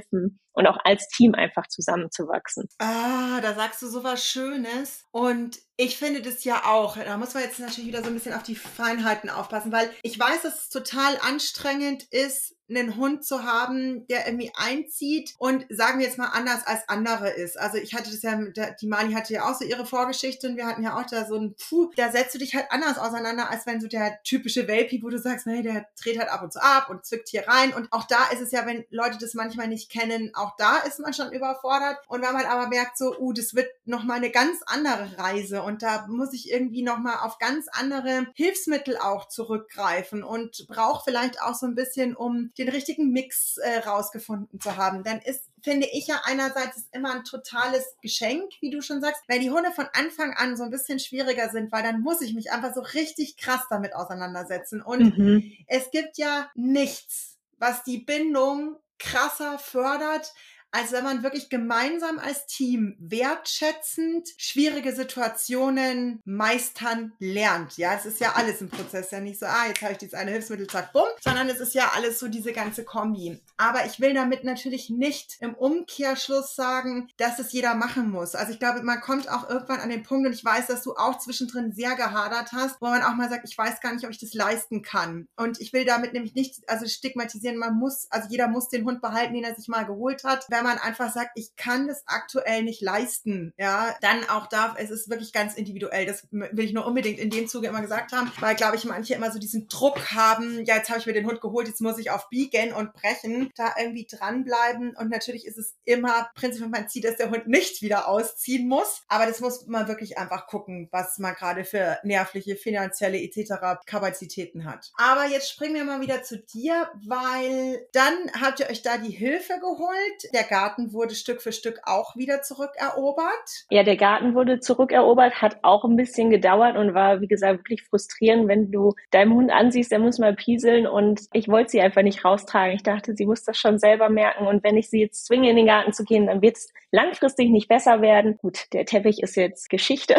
und auch als Team einfach zusammenzuwachsen. Ah, da sagst du so was Schönes. Und ich finde das ja auch. Da muss man jetzt natürlich wieder so ein bisschen auf die Feinheiten aufpassen, weil ich weiß, dass es total anstrengend ist, einen Hund zu haben, der irgendwie einzieht und sagen wir jetzt mal anders als andere ist. Also ich hatte das ja, mit der, die Mali hatte ja auch so ihre Vorgeschichte und wir hatten ja auch da so ein, puh, da setzt du dich halt anders auseinander, als wenn so der typische Welpi, wo du sagst, nee, der dreht halt ab und zu ab und zwickt hier rein. Und auch da ist es ja, wenn Leute das manchmal nicht kennen, auch da ist man schon überfordert. Und wenn man aber merkt so, uh, das wird nochmal eine ganz andere Reise und da muss ich irgendwie nochmal auf ganz andere Hilfsmittel auch zurückgreifen und brauche vielleicht auch so ein bisschen, um den richtigen Mix äh, rausgefunden zu haben. Dann ist, finde ich ja einerseits ist immer ein totales Geschenk, wie du schon sagst, weil die Hunde von Anfang an so ein bisschen schwieriger sind, weil dann muss ich mich einfach so richtig krass damit auseinandersetzen. Und mhm. es gibt ja nichts, was die Bindung krasser fördert, als wenn man wirklich gemeinsam als Team wertschätzend schwierige Situationen meistern lernt. Ja, es ist ja alles ein Prozess. Ja nicht so, ah, jetzt habe ich dieses eine Hilfsmittel, zack, bumm, sondern es ist ja alles so diese ganze Kombi. Aber ich will damit natürlich nicht im Umkehrschluss sagen, dass es jeder machen muss. Also ich glaube, man kommt auch irgendwann an den Punkt, und ich weiß, dass du auch zwischendrin sehr gehadert hast, wo man auch mal sagt, ich weiß gar nicht, ob ich das leisten kann. Und ich will damit nämlich nicht, also stigmatisieren, man muss, also jeder muss den Hund behalten, den er sich mal geholt hat. Wenn man einfach sagt, ich kann das aktuell nicht leisten, ja, dann auch darf, es ist wirklich ganz individuell. Das will ich nur unbedingt in dem Zuge immer gesagt haben, weil, glaube ich, manche immer so diesen Druck haben, ja, jetzt habe ich mir den Hund geholt, jetzt muss ich auf Biegen und Brechen da irgendwie dranbleiben. Und natürlich ist es immer prinzipiell mein Ziel, dass der Hund nicht wieder ausziehen muss. Aber das muss man wirklich einfach gucken, was man gerade für nervliche, finanzielle et cetera Kapazitäten hat. Aber jetzt springen wir mal wieder zu dir, weil dann habt ihr euch da die Hilfe geholt. Der Garten wurde Stück für Stück auch wieder zurückerobert. Ja, der Garten wurde zurückerobert, hat auch ein bisschen gedauert und war, wie gesagt, wirklich frustrierend, wenn du deinem Hund ansiehst, der muss mal pieseln und ich wollte sie einfach nicht raustragen. Ich dachte, sie muss das schon selber merken und wenn ich sie jetzt zwinge, in den Garten zu gehen, dann wird es langfristig nicht besser werden. Gut, der Teppich ist jetzt Geschichte.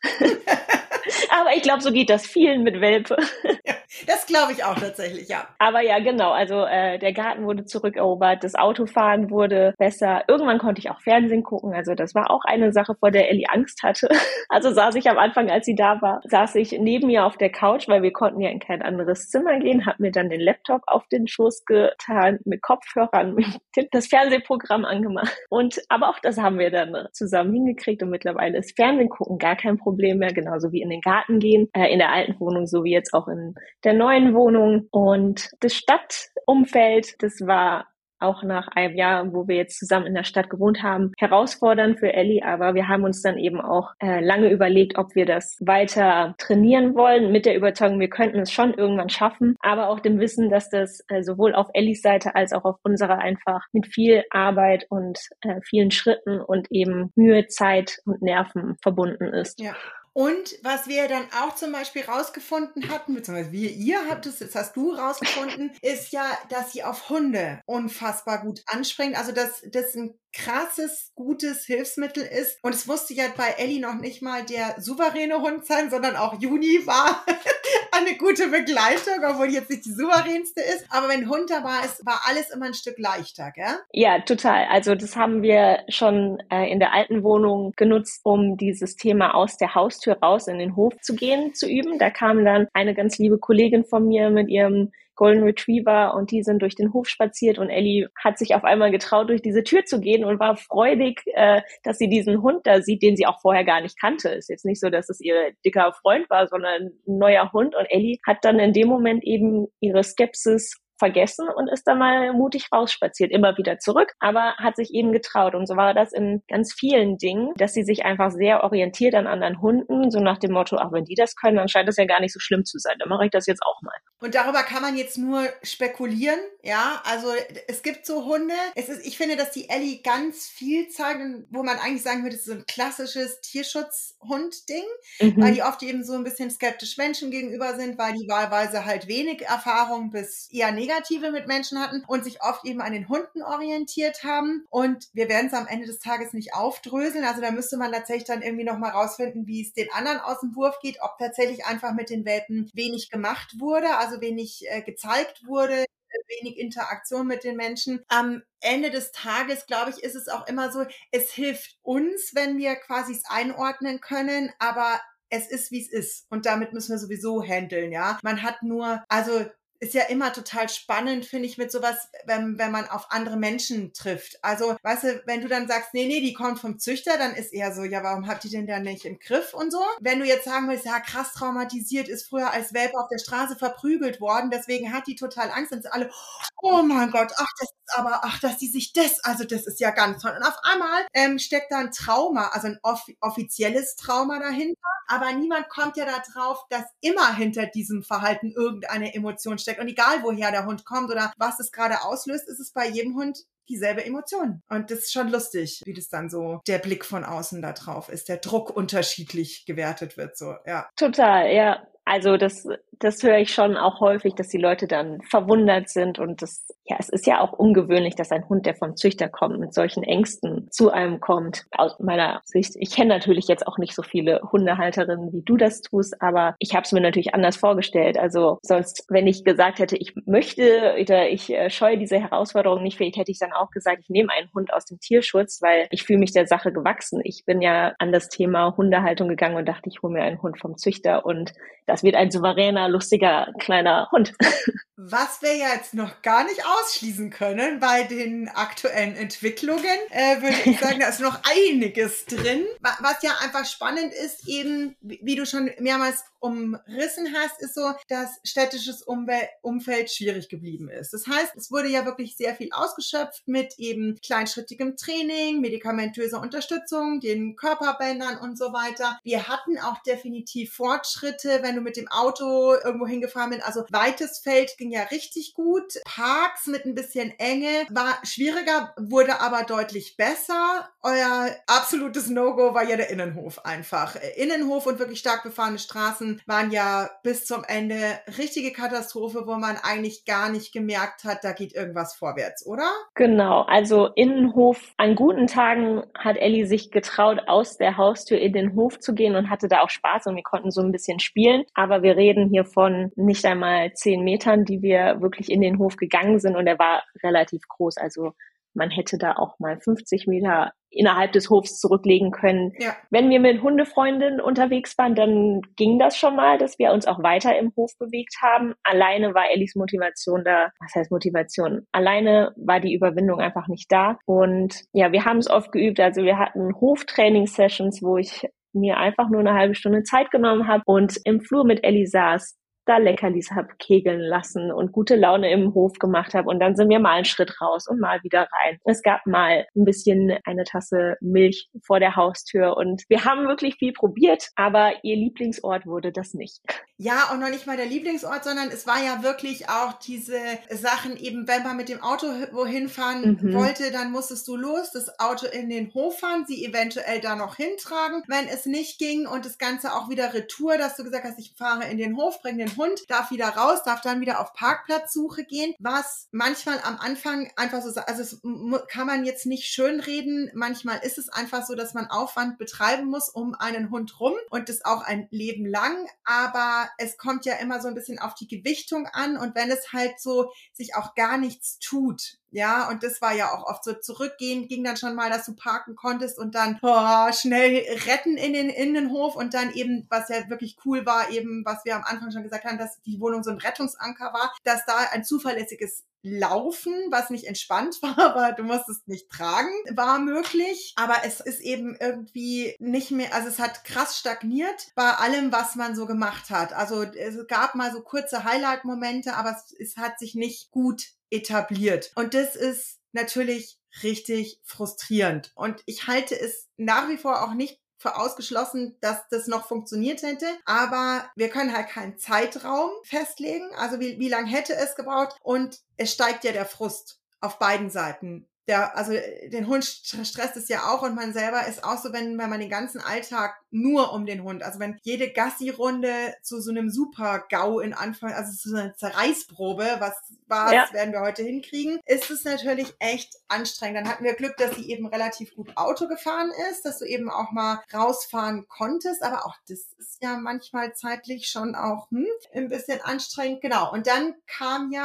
Aber ich glaube, so geht das vielen mit Welpe. Ja, das glaube ich auch tatsächlich, ja. Aber ja, genau. Also äh, der Garten wurde zurückerobert, das Autofahren wurde besser. Irgendwann konnte ich auch Fernsehen gucken. Also das war auch eine Sache, vor der Ellie Angst hatte. Also saß ich am Anfang, als sie da war, saß ich neben ihr auf der Couch, weil wir konnten ja in kein anderes Zimmer gehen, hab mir dann den Laptop auf den Schoß getan, mit Kopfhörern, mit das Fernsehprogramm angemacht. Und aber auch das haben wir dann zusammen hingekriegt und mittlerweile ist Fernsehen gucken gar kein Problem mehr, genauso wie in den Garten gehen, äh, in der alten Wohnung, so wie jetzt auch in der neuen Wohnung. Und das Stadtumfeld, das war auch nach einem Jahr, wo wir jetzt zusammen in der Stadt gewohnt haben, herausfordernd für Ellie, aber wir haben uns dann eben auch äh, lange überlegt, ob wir das weiter trainieren wollen, mit der Überzeugung, wir könnten es schon irgendwann schaffen, aber auch dem Wissen, dass das äh, sowohl auf Ellies Seite als auch auf unserer einfach mit viel Arbeit und äh, vielen Schritten und eben Mühe, Zeit und Nerven verbunden ist. Ja. Und was wir dann auch zum Beispiel rausgefunden hatten, beziehungsweise wir, ihr habt es, jetzt hast du rausgefunden, ist ja, dass sie auf Hunde unfassbar gut anspringt. Also, dass das ein krasses, gutes Hilfsmittel ist. Und es musste ja bei Ellie noch nicht mal der souveräne Hund sein, sondern auch Juni war eine gute Begleitung, obwohl die jetzt nicht die souveränste ist. Aber wenn ein Hund dabei ist, war alles immer ein Stück leichter, gell? Ja, total. Also das haben wir schon äh, in der alten Wohnung genutzt, um dieses Thema aus der Haustür raus in den Hof zu gehen, zu üben. Da kam dann eine ganz liebe Kollegin von mir mit ihrem Golden Retriever und die sind durch den Hof spaziert und Ellie hat sich auf einmal getraut, durch diese Tür zu gehen und war freudig, äh, dass sie diesen Hund da sieht, den sie auch vorher gar nicht kannte. Ist jetzt nicht so, dass es ihr dicker Freund war, sondern ein neuer Hund und Ellie hat dann in dem Moment eben ihre Skepsis vergessen und ist dann mal mutig rausspaziert, immer wieder zurück, aber hat sich eben getraut. Und so war das in ganz vielen Dingen, dass sie sich einfach sehr orientiert an anderen Hunden, so nach dem Motto, ach, wenn die das können, dann scheint das ja gar nicht so schlimm zu sein. Dann mache ich das jetzt auch mal. Und darüber kann man jetzt nur spekulieren, ja, also es gibt so Hunde, es ist, ich finde, dass die Ellie ganz viel zeigt, wo man eigentlich sagen würde, es ist so ein klassisches Tierschutzhund-Ding, mhm. weil die oft eben so ein bisschen skeptisch Menschen gegenüber sind, weil die wahlweise halt wenig Erfahrung bis eher Negative mit Menschen hatten und sich oft eben an den Hunden orientiert haben. Und wir werden es am Ende des Tages nicht aufdröseln. Also da müsste man tatsächlich dann irgendwie nochmal rausfinden, wie es den anderen aus dem Wurf geht, ob tatsächlich einfach mit den Welpen wenig gemacht wurde, also wenig äh, gezeigt wurde, wenig Interaktion mit den Menschen. Am Ende des Tages, glaube ich, ist es auch immer so, es hilft uns, wenn wir quasi es einordnen können, aber es ist, wie es ist. Und damit müssen wir sowieso handeln, ja. Man hat nur, also ist ja immer total spannend, finde ich, mit sowas, wenn, wenn man auf andere Menschen trifft. Also, weißt du, wenn du dann sagst, nee, nee, die kommt vom Züchter, dann ist eher so, ja, warum habt ihr den dann nicht im Griff und so? Wenn du jetzt sagen willst, ja, krass traumatisiert, ist früher als Welpe auf der Straße verprügelt worden, deswegen hat die total Angst, dann sind alle, oh mein Gott, ach, das ist aber, ach, dass die sich das, also das ist ja ganz toll. Und auf einmal ähm, steckt da ein Trauma, also ein off- offizielles Trauma dahinter, aber niemand kommt ja da drauf, dass immer hinter diesem Verhalten irgendeine Emotion steckt. Und egal, woher der Hund kommt oder was es gerade auslöst, ist es bei jedem Hund dieselbe Emotion. Und das ist schon lustig, wie das dann so der Blick von außen da drauf ist, der Druck unterschiedlich gewertet wird, so, ja. Total, ja. Also das, das höre ich schon auch häufig, dass die Leute dann verwundert sind und das, ja, es ist ja auch ungewöhnlich, dass ein Hund, der vom Züchter kommt, mit solchen Ängsten zu einem kommt. Aus meiner Sicht, ich kenne natürlich jetzt auch nicht so viele Hundehalterinnen, wie du das tust, aber ich habe es mir natürlich anders vorgestellt. Also sonst, wenn ich gesagt hätte, ich möchte oder ich äh, scheue diese Herausforderung nicht, vielleicht hätte ich dann auch gesagt, ich nehme einen Hund aus dem Tierschutz, weil ich fühle mich der Sache gewachsen. Ich bin ja an das Thema Hundehaltung gegangen und dachte, ich hole mir einen Hund vom Züchter und das wird ein souveräner, lustiger, kleiner Hund. Was wir ja jetzt noch gar nicht ausschließen können bei den aktuellen Entwicklungen, äh, würde ich sagen, da ist noch einiges drin. Was ja einfach spannend ist, eben, wie du schon mehrmals umrissen hast, ist so, dass städtisches Umwel- Umfeld schwierig geblieben ist. Das heißt, es wurde ja wirklich sehr viel ausgeschöpft mit eben kleinschrittigem Training, medikamentöser Unterstützung, den Körperbändern und so weiter. Wir hatten auch definitiv Fortschritte, wenn du mit dem Auto irgendwo hingefahren bist. Also weites Feld ging ja richtig gut. Parks mit ein bisschen Enge war schwieriger, wurde aber deutlich besser. Euer absolutes No-Go war ja der Innenhof einfach. Innenhof und wirklich stark befahrene Straßen waren ja bis zum Ende richtige Katastrophe, wo man eigentlich gar nicht gemerkt hat, da geht irgendwas vorwärts, oder? Genau, also Innenhof. An guten Tagen hat Ellie sich getraut, aus der Haustür in den Hof zu gehen und hatte da auch Spaß und wir konnten so ein bisschen spielen. Aber wir reden hier von nicht einmal zehn Metern, die wir wirklich in den Hof gegangen sind und er war relativ groß. Also man hätte da auch mal fünfzig Meter innerhalb des Hofs zurücklegen können. Ja. Wenn wir mit Hundefreundinnen unterwegs waren, dann ging das schon mal, dass wir uns auch weiter im Hof bewegt haben. Alleine war Ellis Motivation da. Was heißt Motivation? Alleine war die Überwindung einfach nicht da. Und ja, wir haben es oft geübt. Also wir hatten Hoftraining-Sessions, wo ich mir einfach nur eine halbe Stunde Zeit genommen habe und im Flur mit Ellie saß, da Leckerlis hab kegeln lassen und gute Laune im Hof gemacht habe und dann sind wir mal einen Schritt raus und mal wieder rein. Es gab mal ein bisschen eine Tasse Milch vor der Haustür und wir haben wirklich viel probiert, aber ihr Lieblingsort wurde das nicht. Ja, und noch nicht mal der Lieblingsort, sondern es war ja wirklich auch diese Sachen eben, wenn man mit dem Auto wohin fahren Mhm. wollte, dann musstest du los, das Auto in den Hof fahren, sie eventuell da noch hintragen, wenn es nicht ging und das Ganze auch wieder retour, dass du gesagt hast, ich fahre in den Hof, bringe den Hund, darf wieder raus, darf dann wieder auf Parkplatzsuche gehen, was manchmal am Anfang einfach so, also es kann man jetzt nicht schönreden, manchmal ist es einfach so, dass man Aufwand betreiben muss um einen Hund rum und das auch ein Leben lang, aber es kommt ja immer so ein bisschen auf die Gewichtung an und wenn es halt so sich auch gar nichts tut, ja, und das war ja auch oft so, zurückgehen ging dann schon mal, dass du parken konntest und dann oh, schnell retten in den Innenhof und dann eben, was ja wirklich cool war, eben, was wir am Anfang schon gesagt haben, dass die Wohnung so ein Rettungsanker war, dass da ein zuverlässiges Laufen, was nicht entspannt war, aber du musstest nicht tragen, war möglich. Aber es ist eben irgendwie nicht mehr, also es hat krass stagniert bei allem, was man so gemacht hat. Also es gab mal so kurze Highlight-Momente, aber es, es hat sich nicht gut etabliert. Und das ist natürlich richtig frustrierend. Und ich halte es nach wie vor auch nicht für ausgeschlossen, dass das noch funktioniert hätte. Aber wir können halt keinen Zeitraum festlegen. Also wie, wie lange hätte es gebraucht? Und es steigt ja der Frust auf beiden Seiten. Der, also den Hund stresst es ja auch und man selber ist auch so, wenn, wenn man den ganzen Alltag nur um den Hund, also wenn jede Gassi-Runde zu so einem Super-GAU in Anfang, also zu so einer Zerreißprobe, was was ja. werden wir heute hinkriegen, ist es natürlich echt anstrengend. Dann hatten wir Glück, dass sie eben relativ gut Auto gefahren ist, dass du eben auch mal rausfahren konntest, aber auch das ist ja manchmal zeitlich schon auch hm, ein bisschen anstrengend. Genau, und dann kam ja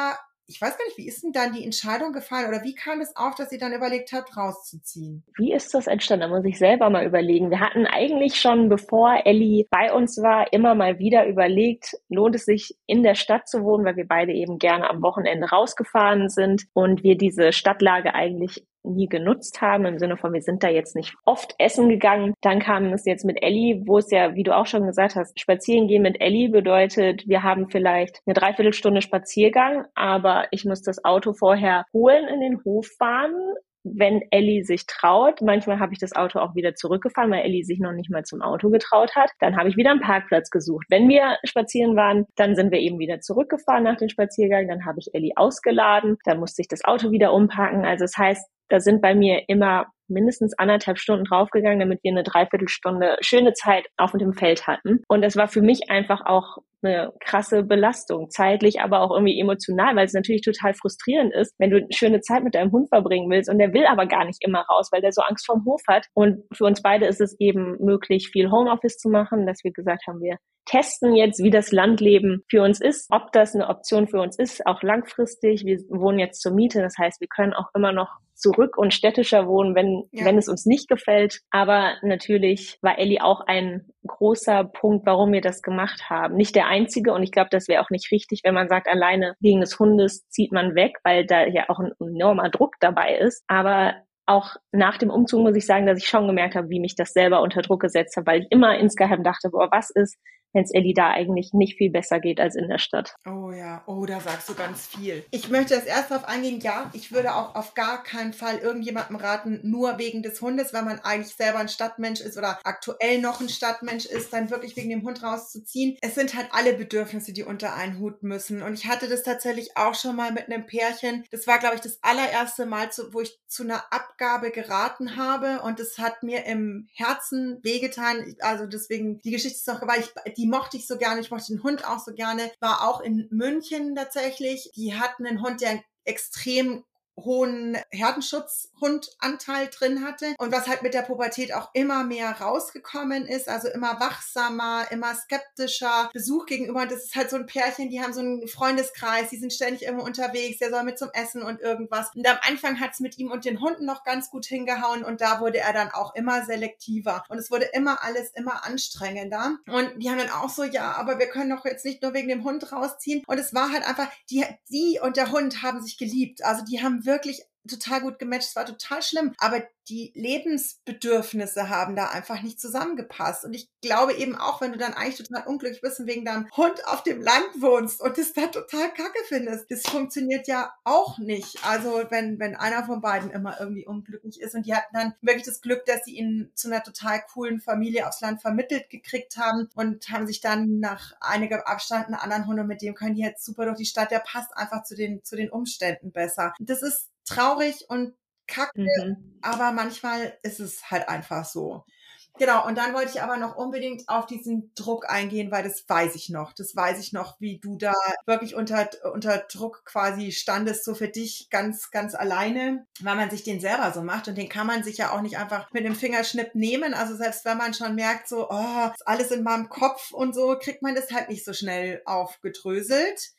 ich weiß gar nicht, wie ist denn dann die Entscheidung gefallen oder wie kam es auf, dass ihr dann überlegt habt, rauszuziehen? Wie ist das entstanden? Da muss ich selber mal überlegen. Wir hatten eigentlich schon, bevor Elli bei uns war, immer mal wieder überlegt, lohnt es sich in der Stadt zu wohnen, weil wir beide eben gerne am Wochenende rausgefahren sind und wir diese Stadtlage eigentlich nie genutzt haben, im Sinne von, wir sind da jetzt nicht oft essen gegangen. Dann kam es jetzt mit Elli, wo es ja, wie du auch schon gesagt hast, spazieren gehen mit Elli bedeutet, wir haben vielleicht eine Dreiviertelstunde Spaziergang, aber ich muss das Auto vorher holen, in den Hof fahren, wenn Elli sich traut. Manchmal habe ich das Auto auch wieder zurückgefahren, weil Elli sich noch nicht mal zum Auto getraut hat. Dann habe ich wieder einen Parkplatz gesucht. Wenn wir spazieren waren, dann sind wir eben wieder zurückgefahren nach dem Spaziergang. Dann habe ich Elli ausgeladen. Dann musste ich das Auto wieder umpacken. Also das heißt, da sind bei mir immer mindestens anderthalb Stunden draufgegangen, damit wir eine Dreiviertelstunde schöne Zeit auf dem Feld hatten. Und das war für mich einfach auch eine krasse Belastung, zeitlich, aber auch irgendwie emotional, weil es natürlich total frustrierend ist, wenn du eine schöne Zeit mit deinem Hund verbringen willst und der will aber gar nicht immer raus, weil der so Angst vorm Hof hat. Und für uns beide ist es eben möglich, viel Homeoffice zu machen, dass wir gesagt haben, wir testen jetzt, wie das Landleben für uns ist, ob das eine Option für uns ist, auch langfristig. Wir wohnen jetzt zur Miete, das heißt, wir können auch immer noch zurück und städtischer wohnen, wenn, ja. wenn es uns nicht gefällt. Aber natürlich war Elli auch ein großer Punkt, warum wir das gemacht haben. Nicht der einzige, und ich glaube, das wäre auch nicht richtig, wenn man sagt, alleine wegen des Hundes zieht man weg, weil da ja auch ein enormer Druck dabei ist. Aber auch nach dem Umzug muss ich sagen, dass ich schon gemerkt habe, wie mich das selber unter Druck gesetzt hat, weil ich immer insgeheim dachte, boah, was ist, wenn es Elli da eigentlich nicht viel besser geht als in der Stadt. Oh ja, oh, da sagst du ganz viel. Ich möchte das erst darauf eingehen, ja, ich würde auch auf gar keinen Fall irgendjemandem raten, nur wegen des Hundes, weil man eigentlich selber ein Stadtmensch ist oder aktuell noch ein Stadtmensch ist, dann wirklich wegen dem Hund rauszuziehen. Es sind halt alle Bedürfnisse, die unter einen Hut müssen. Und ich hatte das tatsächlich auch schon mal mit einem Pärchen. Das war, glaube ich, das allererste Mal, zu, wo ich zu einer Abgabe geraten habe. Und das hat mir im Herzen wehgetan. Also deswegen, die Geschichte ist noch, weil ich die mochte ich so gerne, ich mochte den Hund auch so gerne, war auch in München tatsächlich. Die hatten einen Hund, der einen extrem hohen Herdenschutzhundanteil drin hatte und was halt mit der Pubertät auch immer mehr rausgekommen ist, also immer wachsamer, immer skeptischer Besuch gegenüber, und das ist halt so ein Pärchen, die haben so einen Freundeskreis, die sind ständig irgendwo unterwegs, der soll mit zum Essen und irgendwas, und am Anfang hat es mit ihm und den Hunden noch ganz gut hingehauen und da wurde er dann auch immer selektiver und es wurde immer alles immer anstrengender und die haben dann auch so, ja, aber wir können doch jetzt nicht nur wegen dem Hund rausziehen, und es war halt einfach, die, die und der Hund haben sich geliebt, also die haben wirklich total gut gematcht, es war total schlimm, aber die Lebensbedürfnisse haben da einfach nicht zusammengepasst, und ich glaube eben auch, wenn du dann eigentlich total unglücklich bist und wegen deinem Hund auf dem Land wohnst und es da total kacke findest, das funktioniert ja auch nicht, also wenn, wenn einer von beiden immer irgendwie unglücklich ist, und die hatten dann wirklich das Glück, dass sie ihn zu einer total coolen Familie aufs Land vermittelt gekriegt haben und haben sich dann nach einigem Abstand einen anderen Hund, und mit dem können die jetzt super durch die Stadt, der passt einfach zu den, zu den Umständen besser. Das ist traurig und kacke, mhm. aber manchmal ist es halt einfach so. Genau, und dann wollte ich aber noch unbedingt auf diesen Druck eingehen, weil das weiß ich noch. Das weiß ich noch, wie du da wirklich unter, unter Druck quasi standest, so für dich ganz, ganz alleine, weil man sich den selber so macht. Und den kann man sich ja auch nicht einfach mit dem Fingerschnipp nehmen. Also selbst wenn man schon merkt, so, oh, ist alles in meinem Kopf und so, kriegt man das halt nicht so schnell aufgedröselt.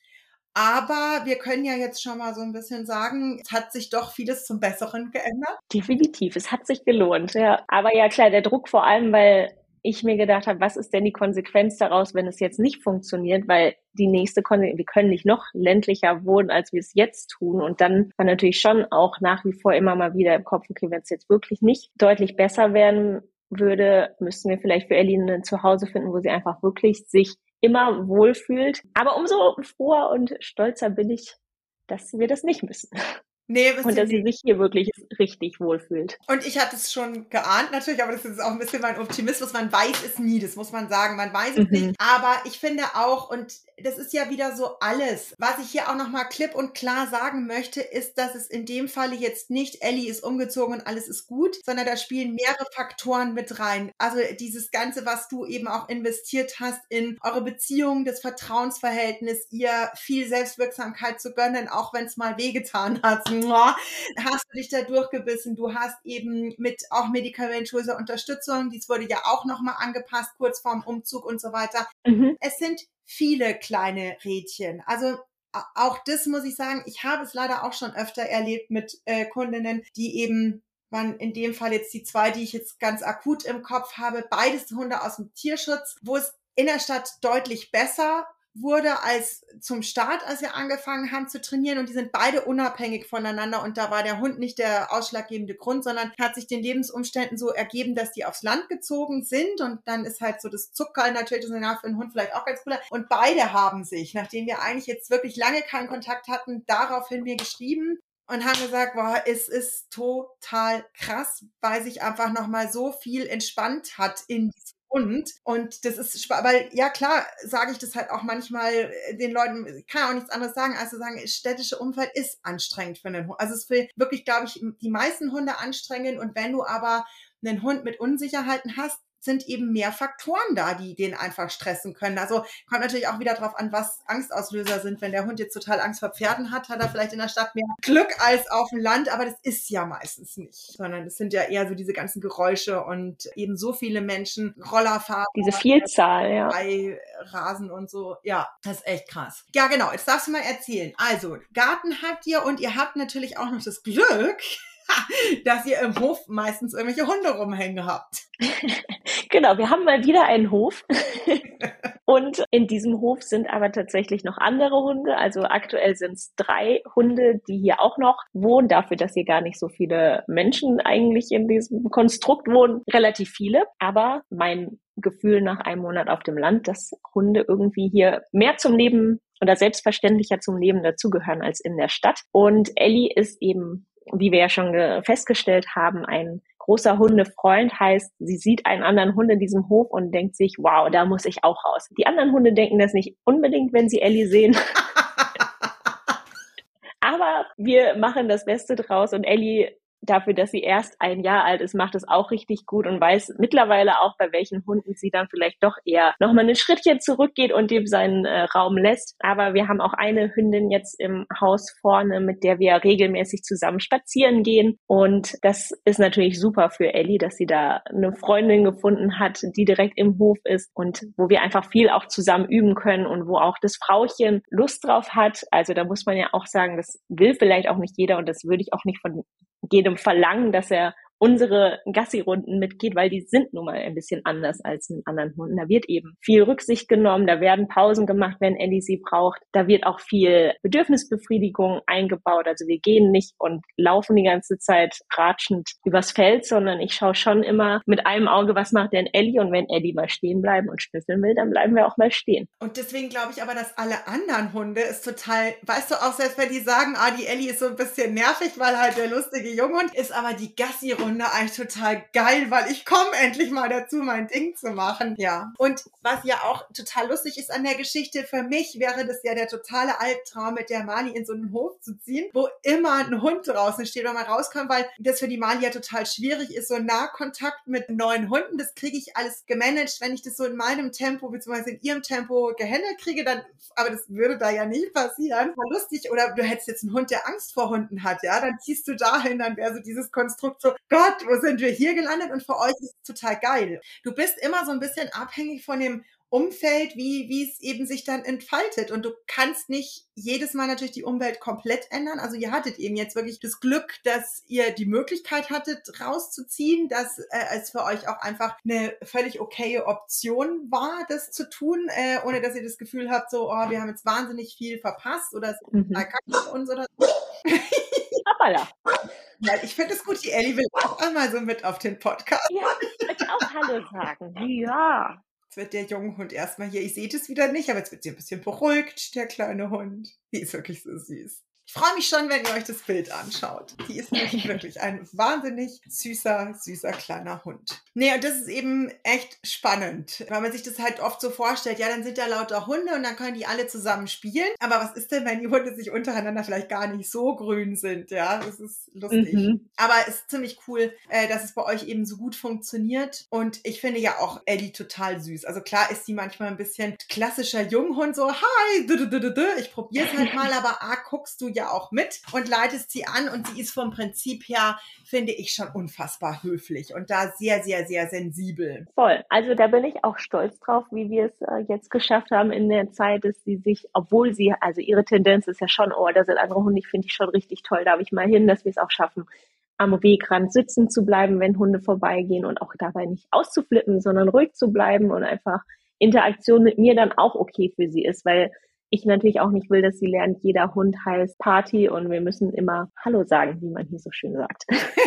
Aber wir können ja jetzt schon mal so ein bisschen sagen, es hat sich doch vieles zum Besseren geändert. Definitiv, es hat sich gelohnt, ja. Aber ja klar, der Druck vor allem, weil ich mir gedacht habe, was ist denn die Konsequenz daraus, wenn es jetzt nicht funktioniert? Weil die nächste Konsequenz, wir können nicht noch ländlicher wohnen, als wir es jetzt tun. Und dann war natürlich schon auch nach wie vor immer mal wieder im Kopf, okay, wenn es jetzt wirklich nicht deutlich besser werden würde, müssten wir vielleicht für Elli ein Zuhause finden, wo sie einfach wirklich sich immer wohlfühlt. Aber umso froher und stolzer bin ich, dass wir das nicht müssen. Nee, und dass sie sich hier wirklich richtig wohlfühlt. Und ich hatte es schon geahnt natürlich, aber das ist auch ein bisschen mein Optimismus. Man weiß es nie, das muss man sagen. Man weiß es mhm. nicht. Aber ich finde auch, und das ist ja wieder so alles, was ich hier auch nochmal klipp und klar sagen möchte, ist, dass es in dem Falle jetzt nicht, Elli ist umgezogen und alles ist gut, sondern da spielen mehrere Faktoren mit rein. Also dieses Ganze, was du eben auch investiert hast in eure Beziehung, das Vertrauensverhältnis, ihr viel Selbstwirksamkeit zu gönnen, auch wenn es mal wehgetan hat. Hast du dich da durchgebissen, du hast eben mit auch medikamentöser Unterstützung, dies wurde ja auch nochmal angepasst, kurz vorm Umzug und so weiter. Mhm. Es sind viele kleine Rädchen. Also auch das muss ich sagen, ich habe es leider auch schon öfter erlebt mit äh, Kundinnen, die eben, waren in dem Fall jetzt die zwei, die ich jetzt ganz akut im Kopf habe, beides Hunde aus dem Tierschutz, wo es in der Stadt deutlich besser wurde als zum Start, als wir angefangen haben zu trainieren, und die sind beide unabhängig voneinander, und da war der Hund nicht der ausschlaggebende Grund, sondern hat sich den Lebensumständen so ergeben, dass die aufs Land gezogen sind, und dann ist halt so das Zuckerl natürlich, das ist für den Hund vielleicht auch ganz cooler, und beide haben sich, nachdem wir eigentlich jetzt wirklich lange keinen Kontakt hatten, daraufhin mir geschrieben und haben gesagt, boah, es ist total krass, weil sich einfach nochmal so viel entspannt hat in diesem Hund. Und das ist, weil ja klar, sage ich das halt auch manchmal den Leuten, ich kann auch nichts anderes sagen, als zu sagen, das städtische Umfeld ist anstrengend für einen Hund. Also es ist für wirklich, glaube ich, die meisten Hunde anstrengend. Und wenn du aber einen Hund mit Unsicherheiten hast, sind eben mehr Faktoren da, die den einfach stressen können. Also kommt natürlich auch wieder drauf an, was Angstauslöser sind. Wenn der Hund jetzt total Angst vor Pferden hat, hat er vielleicht in der Stadt mehr Glück als auf dem Land, aber das ist ja meistens nicht, sondern das sind ja eher so diese ganzen Geräusche und eben so viele Menschen, Rollerfahrer. Diese Vielzahl, ja. Rasen und so. Ja, das ist echt krass. Ja, genau. Jetzt darfst du mal erzählen. Also, Garten habt ihr, und ihr habt natürlich auch noch das Glück, dass ihr im Hof meistens irgendwelche Hunde rumhängen habt. Genau, wir haben mal wieder einen Hof. Und in diesem Hof sind aber tatsächlich noch andere Hunde. Also aktuell sind es drei Hunde, die hier auch noch wohnen. Dafür, dass hier gar nicht so viele Menschen eigentlich in diesem Konstrukt wohnen. Relativ viele. Aber mein Gefühl nach einem Monat auf dem Land, dass Hunde irgendwie hier mehr zum Leben oder selbstverständlicher zum Leben dazugehören als in der Stadt. Und Ellie ist eben, wie wir ja schon festgestellt haben, ein großer Hundefreund, heißt, sie sieht einen anderen Hund in diesem Hof und denkt sich, wow, da muss ich auch raus. Die anderen Hunde denken das nicht unbedingt, wenn sie Ellie sehen. Aber wir machen das Beste draus, und Ellie, dafür, dass sie erst ein Jahr alt ist, macht es auch richtig gut und weiß mittlerweile auch, bei welchen Hunden sie dann vielleicht doch eher nochmal ein Schrittchen zurückgeht und dem seinen äh, Raum lässt. Aber wir haben auch eine Hündin jetzt im Haus vorne, mit der wir regelmäßig zusammen spazieren gehen. Und das ist natürlich super für Ellie, dass sie da eine Freundin gefunden hat, die direkt im Hof ist und wo wir einfach viel auch zusammen üben können und wo auch das Frauchen Lust drauf hat. Also da muss man ja auch sagen, das will vielleicht auch nicht jeder, und das würde ich auch nicht von jedem verlangen, dass er unsere Gassi-Runden mitgeht, weil die sind nun mal ein bisschen anders als mit anderen Hunden. Da wird eben viel Rücksicht genommen, da werden Pausen gemacht, wenn Ellie sie braucht. Da wird auch viel Bedürfnisbefriedigung eingebaut. Also wir gehen nicht und laufen die ganze Zeit ratschend übers Feld, sondern ich schaue schon immer mit einem Auge, was macht denn Ellie? Und wenn Ellie mal stehen bleiben und schnüffeln will, dann bleiben wir auch mal stehen. Und deswegen glaube ich aber, dass alle anderen Hunde ist total, weißt du, auch selbst wenn die sagen, ah, die Ellie ist so ein bisschen nervig, weil halt der lustige Junghund ist, aber die Gassi-Runde eigentlich total geil, weil ich komme endlich mal dazu, mein Ding zu machen. Ja. Und was ja auch total lustig ist an der Geschichte, für mich wäre das ja der totale Albtraum, mit der Mali in so einen Hof zu ziehen, wo immer ein Hund draußen steht und mal rauskommt, weil das für die Mali ja total schwierig ist, so Nahkontakt mit neuen Hunden. Das kriege ich alles gemanagt, wenn ich das so in meinem Tempo, beziehungsweise in ihrem Tempo gehandelt kriege, dann, aber das würde da ja nicht passieren. War lustig. Oder du hättest jetzt einen Hund, der Angst vor Hunden hat, ja, dann ziehst du dahin, dann wäre so dieses Konstrukt so, Gott, wo sind wir hier gelandet? Und für euch ist es total geil. Du bist immer so ein bisschen abhängig von dem Umfeld, wie wie es eben sich dann entfaltet. Und du kannst nicht jedes Mal natürlich die Umwelt komplett ändern. Also ihr hattet eben jetzt wirklich das Glück, dass ihr die Möglichkeit hattet, rauszuziehen, dass äh, es für euch auch einfach eine völlig okaye Option war, das zu tun, äh, ohne dass ihr das Gefühl habt, so, oh, wir haben jetzt wahnsinnig viel verpasst oder es ist Mhm. kacke für uns oder so. Hoppala. Ja, ich finde es gut, die Ellie will auch einmal so mit auf den Podcast. Ja, ich wollte auch Hallo sagen. Ja. Jetzt wird der junge Hund erstmal hier, ich sehe das wieder nicht, aber jetzt wird sie ein bisschen beruhigt, der kleine Hund. Die ist wirklich so süß. Ich freue mich schon, wenn ihr euch das Bild anschaut. Die ist nämlich wirklich ein wahnsinnig süßer, süßer kleiner Hund. Nee, und das ist eben echt spannend, weil man sich das halt oft so vorstellt, ja, dann sind da lauter Hunde und dann können die alle zusammen spielen. Aber was ist denn, wenn die Hunde sich untereinander vielleicht gar nicht so grün sind, ja? Das ist lustig. Mhm. Aber es ist ziemlich cool, äh, dass es bei euch eben so gut funktioniert. Und ich finde ja auch Ellie total süß. Also klar ist sie manchmal ein bisschen klassischer Junghund, so, hi, dü, dü, dü, dü. Ich probiere es halt mal, aber A, guckst du ja ja auch mit und leitest sie an und sie ist vom Prinzip her, finde ich, schon unfassbar höflich und da sehr, sehr, sehr sensibel. Voll. Also da bin ich auch stolz drauf, wie wir es äh, jetzt geschafft haben in der Zeit, dass sie sich, obwohl sie, also ihre Tendenz ist ja schon, oh, da sind andere Hunde, ich finde ich schon richtig toll, darf ich mal hin, dass wir es auch schaffen, am Wegrand sitzen zu bleiben, wenn Hunde vorbeigehen und auch dabei nicht auszuflippen, sondern ruhig zu bleiben und einfach Interaktion mit mir dann auch okay für sie ist, weil ich natürlich auch nicht will, dass sie lernt, jeder Hund heißt Party und wir müssen immer Hallo sagen, wie man hier so schön sagt.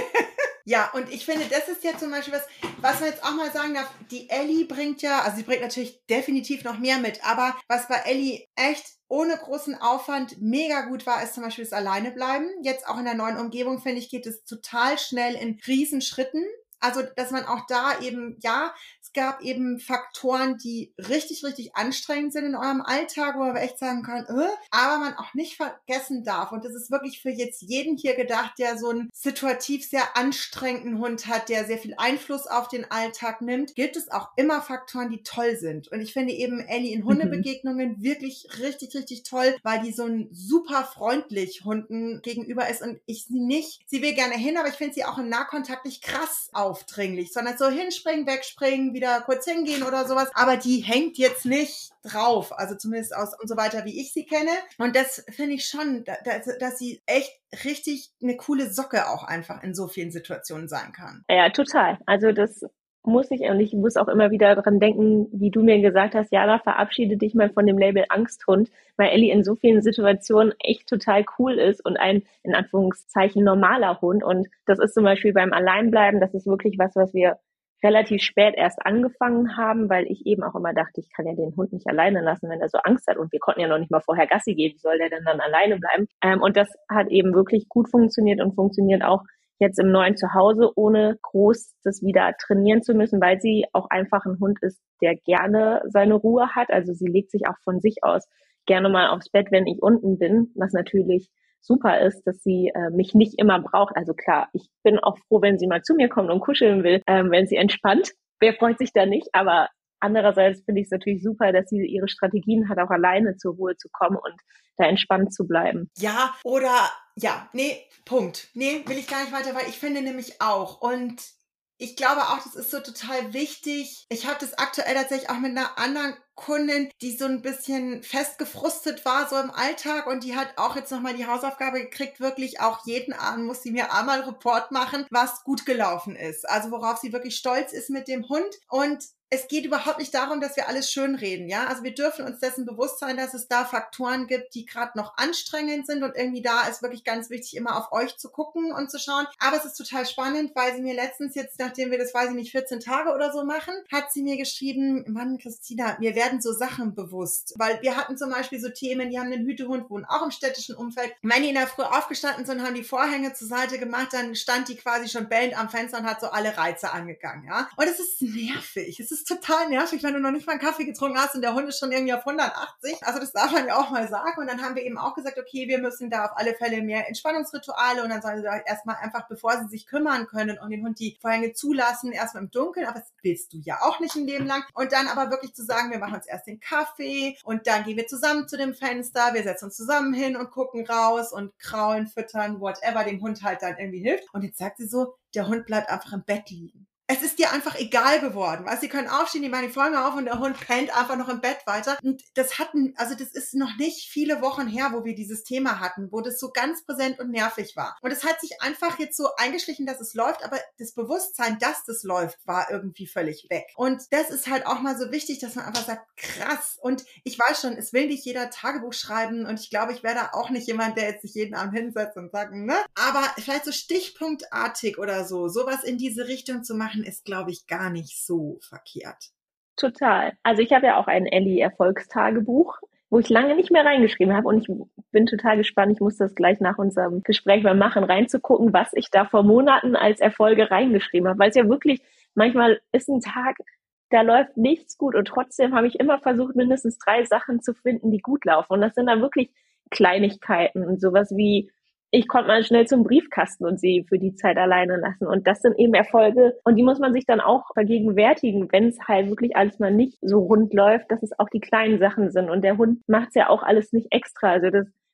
Ja, und ich finde, das ist ja zum Beispiel was, was man jetzt auch mal sagen darf, die Ellie bringt ja, also sie bringt natürlich definitiv noch mehr mit, aber was bei Ellie echt ohne großen Aufwand mega gut war, ist zum Beispiel das Alleinebleiben. Jetzt auch in der neuen Umgebung, finde ich, geht es total schnell in Riesenschritten. Also, dass man auch da eben, ja, es gab eben Faktoren, die richtig, richtig anstrengend sind in eurem Alltag, wo man echt sagen kann, äh, aber man auch nicht vergessen darf. Und das ist wirklich für jetzt jeden hier gedacht, der so einen situativ sehr anstrengenden Hund hat, der sehr viel Einfluss auf den Alltag nimmt, gibt es auch immer Faktoren, die toll sind. Und ich finde eben Ellie in Hundebegegnungen mhm. wirklich richtig, richtig toll, weil die so ein super freundlich Hunden gegenüber ist und ich sie nicht, sie will gerne hin, aber ich finde sie auch im Nahkontakt nicht krass auf. Aufdringlich, sondern so hinspringen, wegspringen, wieder kurz hingehen oder sowas. Aber die hängt jetzt nicht drauf, also zumindest aus und so weiter, wie ich sie kenne. Und das finde ich schon, dass, dass sie echt richtig eine coole Socke auch einfach in so vielen Situationen sein kann. Ja, total. Also das muss ich, und ich muss auch immer wieder dran denken, wie du mir gesagt hast, Jana, verabschiede dich mal von dem Label Angsthund, weil Ellie in so vielen Situationen echt total cool ist und ein, in Anführungszeichen, normaler Hund. Und das ist zum Beispiel beim Alleinbleiben, das ist wirklich was, was wir relativ spät erst angefangen haben, weil ich eben auch immer dachte, ich kann ja den Hund nicht alleine lassen, wenn er so Angst hat. Und wir konnten ja noch nicht mal vorher Gassi gehen, wie soll der denn dann alleine bleiben? Ähm, und das hat eben wirklich gut funktioniert und funktioniert auch jetzt im neuen Zuhause, ohne groß das wieder trainieren zu müssen, weil sie auch einfach ein Hund ist, der gerne seine Ruhe hat. Also sie legt sich auch von sich aus gerne mal aufs Bett, wenn ich unten bin, was natürlich super ist, dass sie äh, mich nicht immer braucht. Also klar, ich bin auch froh, wenn sie mal zu mir kommt und kuscheln will, ähm, wenn sie entspannt. Wer freut sich da nicht? Aber andererseits finde ich es natürlich super, dass sie ihre Strategien hat, auch alleine zur Ruhe zu kommen und da entspannt zu bleiben. Ja, oder, ja, nee, Punkt. Nee, will ich gar nicht weiter, weil ich finde nämlich auch. Und ich glaube auch, das ist so total wichtig. Ich habe das aktuell tatsächlich auch mit einer anderen Kundin, die so ein bisschen festgefrustet war, so im Alltag. Und die hat auch jetzt nochmal die Hausaufgabe gekriegt, wirklich auch jeden Abend muss sie mir einmal Report machen, was gut gelaufen ist. Also worauf sie wirklich stolz ist mit dem Hund. Und es geht überhaupt nicht darum, dass wir alles schönreden, ja. Also wir dürfen uns dessen bewusst sein, dass es da Faktoren gibt, die gerade noch anstrengend sind und irgendwie da ist wirklich ganz wichtig, immer auf euch zu gucken und zu schauen. Aber es ist total spannend, weil sie mir letztens jetzt, nachdem wir das, weiß ich nicht, vierzehn Tage oder so machen, hat sie mir geschrieben, Mann, Christina, mir werden so Sachen bewusst. Weil wir hatten zum Beispiel so Themen, die haben einen Hütehund, wohnen auch im städtischen Umfeld. Wenn die in der Früh aufgestanden sind, haben die Vorhänge zur Seite gemacht, dann stand die quasi schon bellend am Fenster und hat so alle Reize angegangen, ja. Und es ist nervig. Es ist total nervig, wenn du noch nicht mal einen Kaffee getrunken hast und der Hund ist schon irgendwie auf hundertachtzig. Also das darf man ja auch mal sagen. Und dann haben wir eben auch gesagt, okay, wir müssen da auf alle Fälle mehr Entspannungsrituale und dann sollen sie erstmal einfach, bevor sie sich kümmern können und den Hund die Vorhänge zulassen, erstmal im Dunkeln. Aber das willst du ja auch nicht ein Leben lang. Und dann aber wirklich zu sagen, wir machen uns erst den Kaffee und dann gehen wir zusammen zu dem Fenster, wir setzen uns zusammen hin und gucken raus und kraulen, füttern, whatever dem Hund halt dann irgendwie hilft. Und jetzt sagt sie so, der Hund bleibt einfach im Bett liegen. Es ist dir einfach egal geworden. Weißt, sie können aufstehen, die machen die Vorhänge auf und der Hund pennt einfach noch im Bett weiter. Und das hatten, also das ist noch nicht viele Wochen her, wo wir dieses Thema hatten, wo das so ganz präsent und nervig war. Und es hat sich einfach jetzt so eingeschlichen, dass es läuft, aber das Bewusstsein, dass das läuft, war irgendwie völlig weg. Und das ist halt auch mal so wichtig, dass man einfach sagt, krass. Und ich weiß schon, es will nicht jeder Tagebuch schreiben und ich glaube, ich wäre da auch nicht jemand, der jetzt sich jeden Abend hinsetzt und sagt, ne? Aber vielleicht so stichpunktartig oder so, sowas in diese Richtung zu machen, ist, glaube ich, gar nicht so verkehrt. Total. Also ich habe ja auch ein Ellie-Erfolgstagebuch, wo ich lange nicht mehr reingeschrieben habe und ich bin total gespannt, ich muss das gleich nach unserem Gespräch mal machen, reinzugucken, was ich da vor Monaten als Erfolge reingeschrieben habe, weil es ja wirklich, manchmal ist ein Tag, da läuft nichts gut und trotzdem habe ich immer versucht, mindestens drei Sachen zu finden, die gut laufen und das sind dann wirklich Kleinigkeiten und sowas wie, ich konnte mal schnell zum Briefkasten und sie für die Zeit alleine lassen. Und das sind eben Erfolge. Und die muss man sich dann auch vergegenwärtigen, wenn es halt wirklich alles mal nicht so rund läuft, dass es auch die kleinen Sachen sind. Und der Hund macht es ja auch alles nicht extra. Also das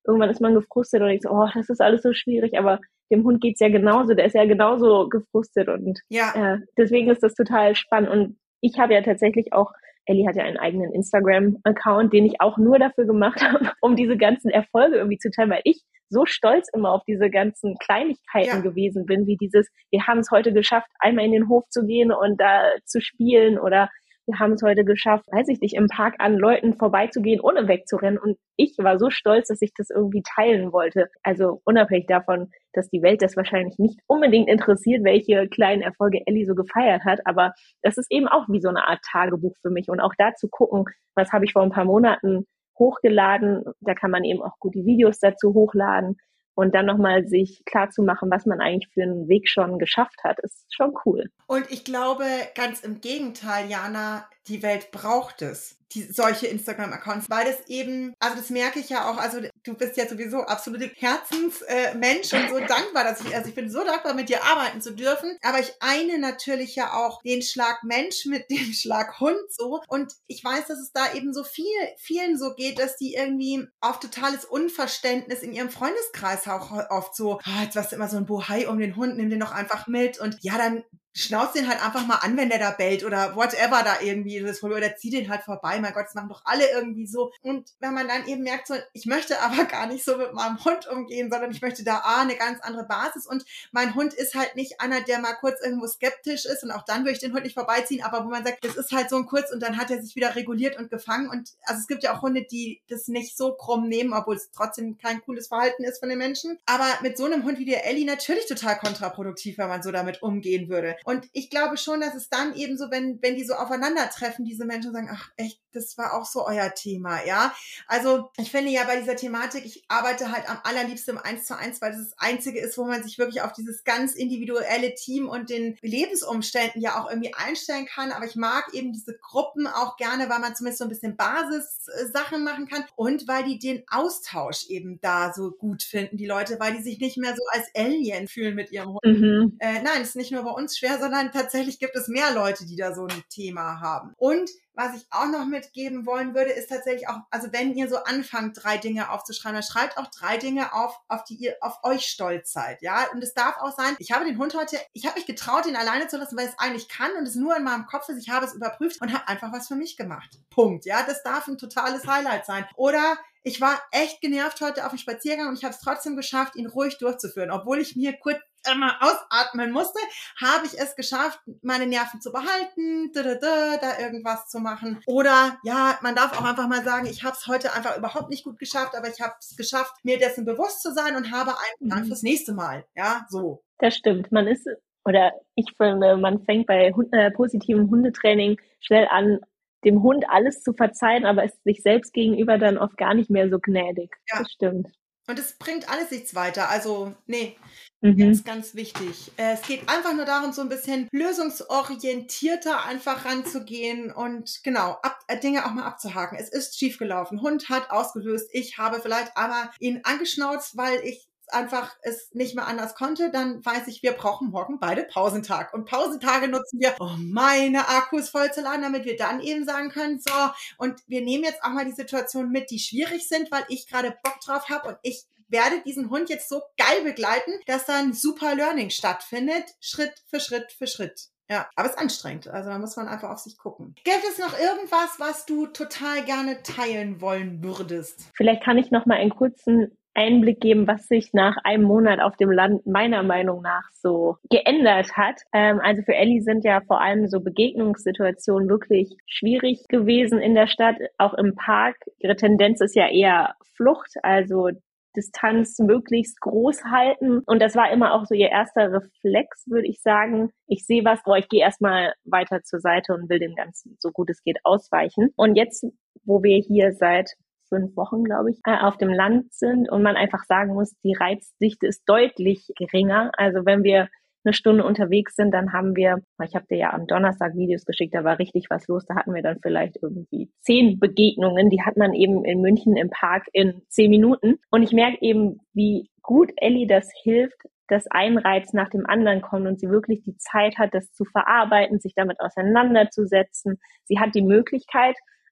irgendwann ist man gefrustet und denkt so, oh, das ist alles so schwierig, aber dem Hund geht's ja genauso, der ist ja genauso gefrustet und Ja. äh, deswegen ist das total spannend. Und ich habe ja tatsächlich auch, Ellie hat ja einen eigenen Instagram-Account, den ich auch nur dafür gemacht habe, um diese ganzen Erfolge irgendwie zu teilen, weil ich so stolz immer auf diese ganzen Kleinigkeiten Ja. gewesen bin, wie dieses, wir haben es heute geschafft, einmal in den Hof zu gehen und da zu spielen, oder wir haben es heute geschafft, weiß ich nicht, im Park an Leuten vorbeizugehen, ohne wegzurennen. Und ich war so stolz, dass ich das irgendwie teilen wollte. Also unabhängig davon, dass die Welt das wahrscheinlich nicht unbedingt interessiert, welche kleinen Erfolge Ellie so gefeiert hat. Aber das ist eben auch wie so eine Art Tagebuch für mich. Und auch da zu gucken, was habe ich vor ein paar Monaten hochgeladen. Da kann man eben auch gut die Videos dazu hochladen. Und dann nochmal sich klar zu machen, was man eigentlich für einen Weg schon geschafft hat, ist schon cool. Und ich glaube, ganz im Gegenteil, Jana, die Welt braucht es, die, solche Instagram-Accounts, weil das eben, also das merke ich ja auch, also du bist ja sowieso absolute Herzensmensch äh, und so dankbar, dass ich, also ich bin so dankbar, mit dir arbeiten zu dürfen, aber ich eine natürlich ja auch den Schlag Mensch mit dem Schlag Hund so, und ich weiß, dass es da eben so viel, vielen so geht, dass die irgendwie auf totales Unverständnis in ihrem Freundeskreis auch oft so, ah, jetzt warst du immer so ein Bohai um den Hund, nimm den doch einfach mit, und ja, dann schnauzt den halt einfach mal an, wenn der da bellt oder whatever da irgendwie das Hund, oder zieh den halt vorbei. Mein Gott, das machen doch alle irgendwie so. Und wenn man dann eben merkt, so, ich möchte aber gar nicht so mit meinem Hund umgehen, sondern ich möchte da A, eine ganz andere Basis, und mein Hund ist halt nicht einer, der mal kurz irgendwo skeptisch ist, und auch dann würde ich den Hund nicht vorbeiziehen, aber wo man sagt, das ist halt so ein kurz und dann hat er sich wieder reguliert und gefangen, und also es gibt ja auch Hunde, die das nicht so krumm nehmen, obwohl es trotzdem kein cooles Verhalten ist von den Menschen. Aber mit so einem Hund wie der Ellie natürlich total kontraproduktiv, wenn man so damit umgehen würde. Und ich glaube schon, dass es dann eben so, wenn, wenn die so aufeinandertreffen, diese Menschen sagen, ach echt, das war auch so euer Thema, ja. Also ich finde ja bei dieser Thematik, ich arbeite halt am allerliebsten im eins zu eins, weil das das Einzige ist, wo man sich wirklich auf dieses ganz individuelle Team und den Lebensumständen ja auch irgendwie einstellen kann. Aber ich mag eben diese Gruppen auch gerne, weil man zumindest so ein bisschen Basissachen machen kann und weil die den Austausch eben da so gut finden, die Leute, weil die sich nicht mehr so als Alien fühlen mit ihrem Hund. Mhm. Äh, nein, es ist nicht nur bei uns schwer, sondern tatsächlich gibt es mehr Leute, die da so ein Thema haben. Und was ich auch noch mitgeben wollen würde, ist tatsächlich auch, also wenn ihr so anfangt, drei Dinge aufzuschreiben, dann schreibt auch drei Dinge auf, auf die ihr auf euch stolz seid, ja. Und es darf auch sein, ich habe den Hund heute, ich habe mich getraut, ihn alleine zu lassen, weil es eigentlich kann und es nur in meinem Kopf ist, ich habe es überprüft und habe einfach was für mich gemacht. Punkt, ja. Das darf ein totales Highlight sein. Oder ich war echt genervt heute auf dem Spaziergang und ich habe es trotzdem geschafft, ihn ruhig durchzuführen. Obwohl ich mir kurz einmal ausatmen musste, habe ich es geschafft, meine Nerven zu behalten, da, da, da, da irgendwas zu machen. Oder ja, man darf auch einfach mal sagen, ich habe es heute einfach überhaupt nicht gut geschafft, aber ich habe es geschafft, mir dessen bewusst zu sein und habe einen Plan fürs nächste Mal. Ja, so. Das stimmt. Man ist, oder ich finde, man fängt bei Hund, äh, positivem Hundetraining schnell an, dem Hund alles zu verzeihen, aber ist sich selbst gegenüber dann oft gar nicht mehr so gnädig. Ja. Das stimmt. Und es bringt alles nichts weiter. Also, nee, mhm. ganz, ganz wichtig. Es geht einfach nur darum, so ein bisschen lösungsorientierter einfach ranzugehen und genau, ab, Dinge auch mal abzuhaken. Es ist schiefgelaufen. Hund hat ausgelöst. Ich habe vielleicht aber ihn angeschnauzt, weil ich einfach es nicht mehr anders konnte, dann weiß ich, wir brauchen morgen beide Pausentag. Und Pausentage nutzen wir, um meine Akkus voll zu laden, damit wir dann eben sagen können, so, und wir nehmen jetzt auch mal die Situationen mit, die schwierig sind, weil ich gerade Bock drauf habe und ich werde diesen Hund jetzt so geil begleiten, dass dann super Learning stattfindet, Schritt für Schritt für Schritt. Ja, aber es ist anstrengend. Also da muss man einfach auf sich gucken. Gibt es noch irgendwas, was du total gerne teilen wollen würdest? Vielleicht kann ich noch mal einen kurzen Einblick geben, was sich nach einem Monat auf dem Land meiner Meinung nach so geändert hat. Ähm, also für Ellie sind ja vor allem so Begegnungssituationen wirklich schwierig gewesen in der Stadt, auch im Park. Ihre Tendenz ist ja eher Flucht, also Distanz möglichst groß halten. Und das war immer auch so ihr erster Reflex, würde ich sagen. Ich sehe was, boah, ich gehe erstmal weiter zur Seite und will dem Ganzen so gut es geht ausweichen. Und jetzt, wo wir hier seit fünf Wochen, glaube ich, auf dem Land sind und man einfach sagen muss, die Reizdichte ist deutlich geringer. Also wenn wir eine Stunde unterwegs sind, dann haben wir, ich habe dir ja am Donnerstag Videos geschickt, da war richtig was los, da hatten wir dann vielleicht irgendwie zehn Begegnungen, die hat man eben in München im Park in zehn Minuten. Und ich merke eben, wie gut Ellie das hilft, dass ein Reiz nach dem anderen kommt und sie wirklich die Zeit hat, das zu verarbeiten, sich damit auseinanderzusetzen. Sie hat die Möglichkeit,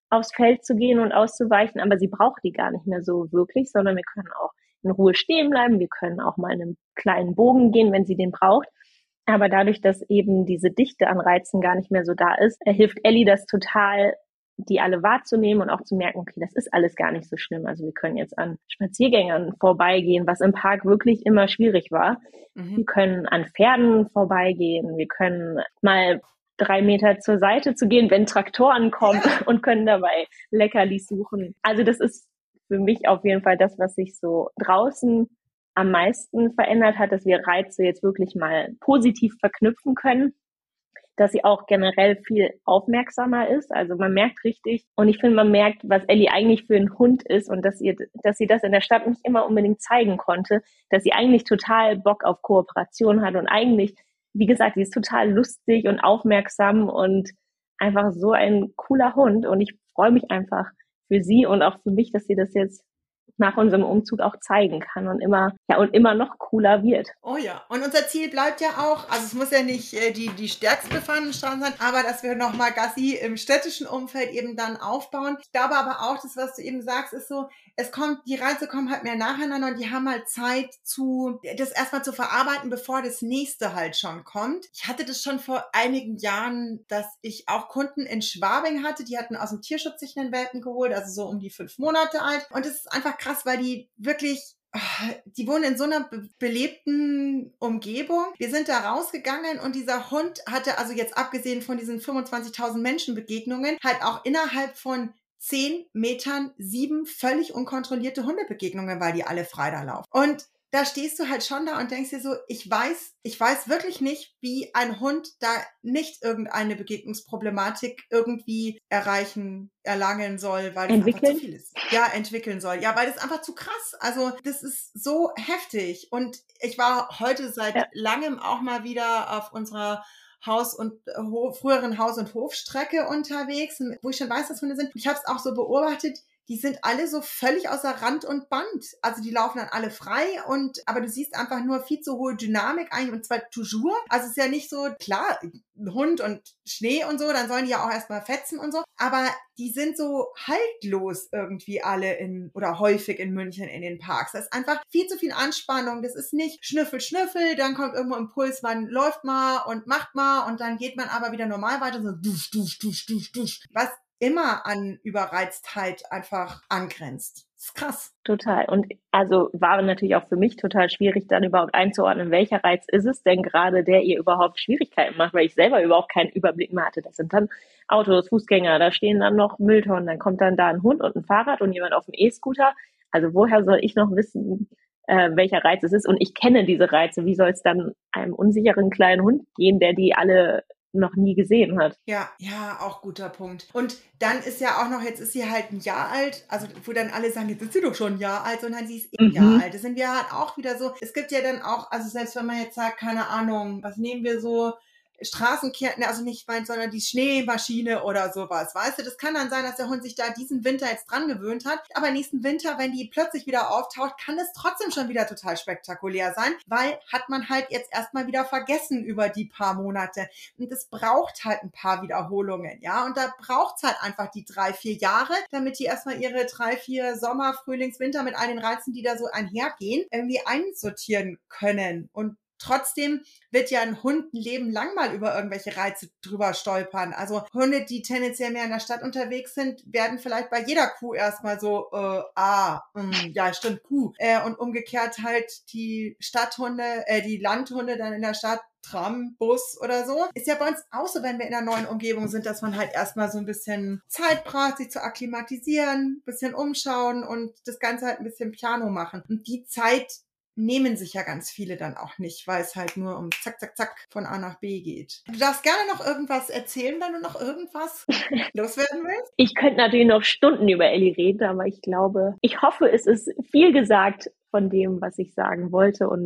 aufs Feld zu gehen und auszuweichen, aber sie braucht die gar nicht mehr so wirklich, sondern wir können auch in Ruhe stehen bleiben, wir können auch mal in einem kleinen Bogen gehen, wenn sie den braucht. Aber dadurch, dass eben diese Dichte an Reizen gar nicht mehr so da ist, hilft Ellie das total, die alle wahrzunehmen und auch zu merken, okay, das ist alles gar nicht so schlimm. Also wir können jetzt an Spaziergängern vorbeigehen, was im Park wirklich immer schwierig war. Mhm. Wir können an Pferden vorbeigehen, wir können mal drei Meter zur Seite zu gehen, wenn Traktoren kommen ja. und können dabei Leckerlis suchen. Also das ist für mich auf jeden Fall das, was sich so draußen am meisten verändert hat, dass wir Reize jetzt wirklich mal positiv verknüpfen können, dass sie auch generell viel aufmerksamer ist. Also man merkt richtig, und ich finde, man merkt, was Ellie eigentlich für ein Hund ist und dass ihr, dass sie das in der Stadt nicht immer unbedingt zeigen konnte, dass sie eigentlich total Bock auf Kooperation hat und eigentlich, wie gesagt, sie ist total lustig und aufmerksam und einfach so ein cooler Hund, und ich freue mich einfach für sie und auch für mich, dass sie das jetzt nach unserem Umzug auch zeigen kann und immer, ja, und immer noch cooler wird. Oh ja, und unser Ziel bleibt ja auch, also es muss ja nicht äh, die, die stärkste Fahnenstange sein, aber dass wir nochmal Gassi im städtischen Umfeld eben dann aufbauen. Ich glaube aber auch, das, was du eben sagst, ist so, es kommt, die Reise kommen halt mehr nacheinander und die haben halt Zeit zu, das erstmal zu verarbeiten, bevor das nächste halt schon kommt. Ich hatte das schon vor einigen Jahren, dass ich auch Kunden in Schwabing hatte, die hatten aus dem Tierschutz sich einen Welpen geholt, also so um die fünf Monate alt, und es ist einfach krass, weil die wirklich, die wohnen in so einer be- belebten Umgebung. Wir sind da rausgegangen und dieser Hund hatte, also jetzt abgesehen von diesen fünfundzwanzigtausend Menschenbegegnungen, halt auch innerhalb von zehn Metern sieben völlig unkontrollierte Hundebegegnungen, weil die alle frei da laufen. Und da stehst du halt schon da und denkst dir so, ich weiß, ich weiß wirklich nicht, wie ein Hund da nicht irgendeine Begegnungsproblematik irgendwie erreichen, erlangen soll, weil das einfach zu viel ist. Ja, entwickeln soll. Ja, weil das einfach zu krass. Also das ist so heftig. Und ich war heute seit ja. langem auch mal wieder auf unserer Haus- und Ho- früheren Haus- und Hofstrecke unterwegs, wo ich schon weiß, dass Hunde sind. Ich habe es auch so beobachtet, die sind alle so völlig außer Rand und Band. Also die laufen dann alle frei, und aber du siehst einfach nur viel zu hohe Dynamik eigentlich, und zwar toujours. Also es ist ja nicht so, klar, Hund und Schnee und so, dann sollen die ja auch erstmal fetzen und so. Aber die sind so haltlos irgendwie alle in, oder häufig in München in den Parks. Das ist einfach viel zu viel Anspannung. Das ist nicht Schnüffel, Schnüffel, dann kommt irgendwo Impuls, man läuft mal und macht mal und dann geht man aber wieder normal weiter, so dusch, dusch, dusch, dusch, dusch. Was immer an Überreiztheit einfach angrenzt. Das ist krass. Total. Und also war natürlich auch für mich total schwierig, dann überhaupt einzuordnen, welcher Reiz ist es denn gerade, der ihr überhaupt Schwierigkeiten macht, weil ich selber überhaupt keinen Überblick mehr hatte. Das sind dann Autos, Fußgänger, da stehen dann noch Mülltonnen, dann kommt dann da ein Hund und ein Fahrrad und jemand auf dem E-Scooter. Also woher soll ich noch wissen, äh, welcher Reiz es ist? Und ich kenne diese Reize. Wie soll es dann einem unsicheren kleinen Hund gehen, der die alle noch nie gesehen hat? Ja, ja, auch guter Punkt. Und dann ist ja auch noch, jetzt ist sie halt ein Jahr alt, also wo dann alle sagen, jetzt ist sie doch schon ein Jahr alt, sondern sie ist eh ein mhm. Jahr alt. Das sind wir halt auch wieder so, es gibt ja dann auch, also selbst wenn man jetzt sagt, keine Ahnung, was nehmen wir so, Straßenkehr, also nicht meint, sondern die Schneemaschine oder sowas, weißt du, das kann dann sein, dass der Hund sich da diesen Winter jetzt dran gewöhnt hat, aber nächsten Winter, wenn die plötzlich wieder auftaucht, kann es trotzdem schon wieder total spektakulär sein, weil hat man halt jetzt erstmal wieder vergessen über die paar Monate, und es braucht halt ein paar Wiederholungen, ja, und da braucht's halt einfach die drei, vier Jahre, damit die erstmal ihre drei, vier Sommer, Frühlings, Winter mit all den Reizen, die da so einhergehen, irgendwie einsortieren können. Und trotzdem wird ja ein Hund ein Leben lang mal über irgendwelche Reize drüber stolpern. Also Hunde, die tendenziell mehr in der Stadt unterwegs sind, werden vielleicht bei jeder Kuh erstmal so, äh, ah, mh, ja, stimmt, Kuh. Äh, und umgekehrt halt die Stadthunde, äh, die Landhunde dann in der Stadt, Tram, Bus oder so. Ist ja bei uns auch so, wenn wir in einer neuen Umgebung sind, dass man halt erstmal so ein bisschen Zeit braucht, sich zu akklimatisieren, ein bisschen umschauen und das Ganze halt ein bisschen Piano machen. Und die Zeit nehmen sich ja ganz viele dann auch nicht, weil es halt nur um zack, zack, zack von A nach B geht. Du darfst gerne noch irgendwas erzählen, wenn du noch irgendwas loswerden willst. Ich könnte natürlich noch Stunden über Ellie reden, aber ich glaube, ich hoffe, es ist viel gesagt von dem, was ich sagen wollte, und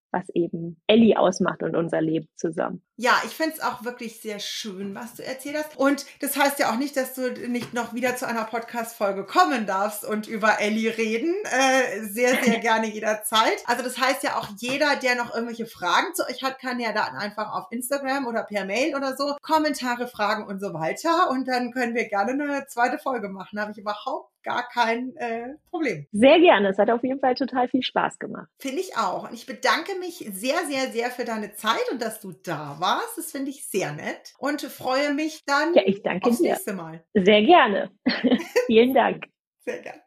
was eben Elli ausmacht und unser Leben zusammen. Ja, ich finde es auch wirklich sehr schön, was du erzählt hast. Und das heißt ja auch nicht, dass du nicht noch wieder zu einer Podcast-Folge kommen darfst und über Elli reden. Äh, sehr, sehr gerne jederzeit. Also das heißt ja auch, jeder, der noch irgendwelche Fragen zu euch hat, kann ja dann einfach auf Instagram oder per Mail oder so Kommentare, Fragen und so weiter. Und dann können wir gerne eine zweite Folge machen. Da habe ich überhaupt gar kein äh, Problem. Sehr gerne. Es hat auf jeden Fall total viel Spaß gemacht. Finde ich auch. Und ich bedanke mich sehr, sehr, sehr für deine Zeit und dass du da warst. Das finde ich sehr nett und freue mich dann Ja, ich danke aufs dir. nächste Mal. Sehr gerne. Vielen Dank. Sehr gerne.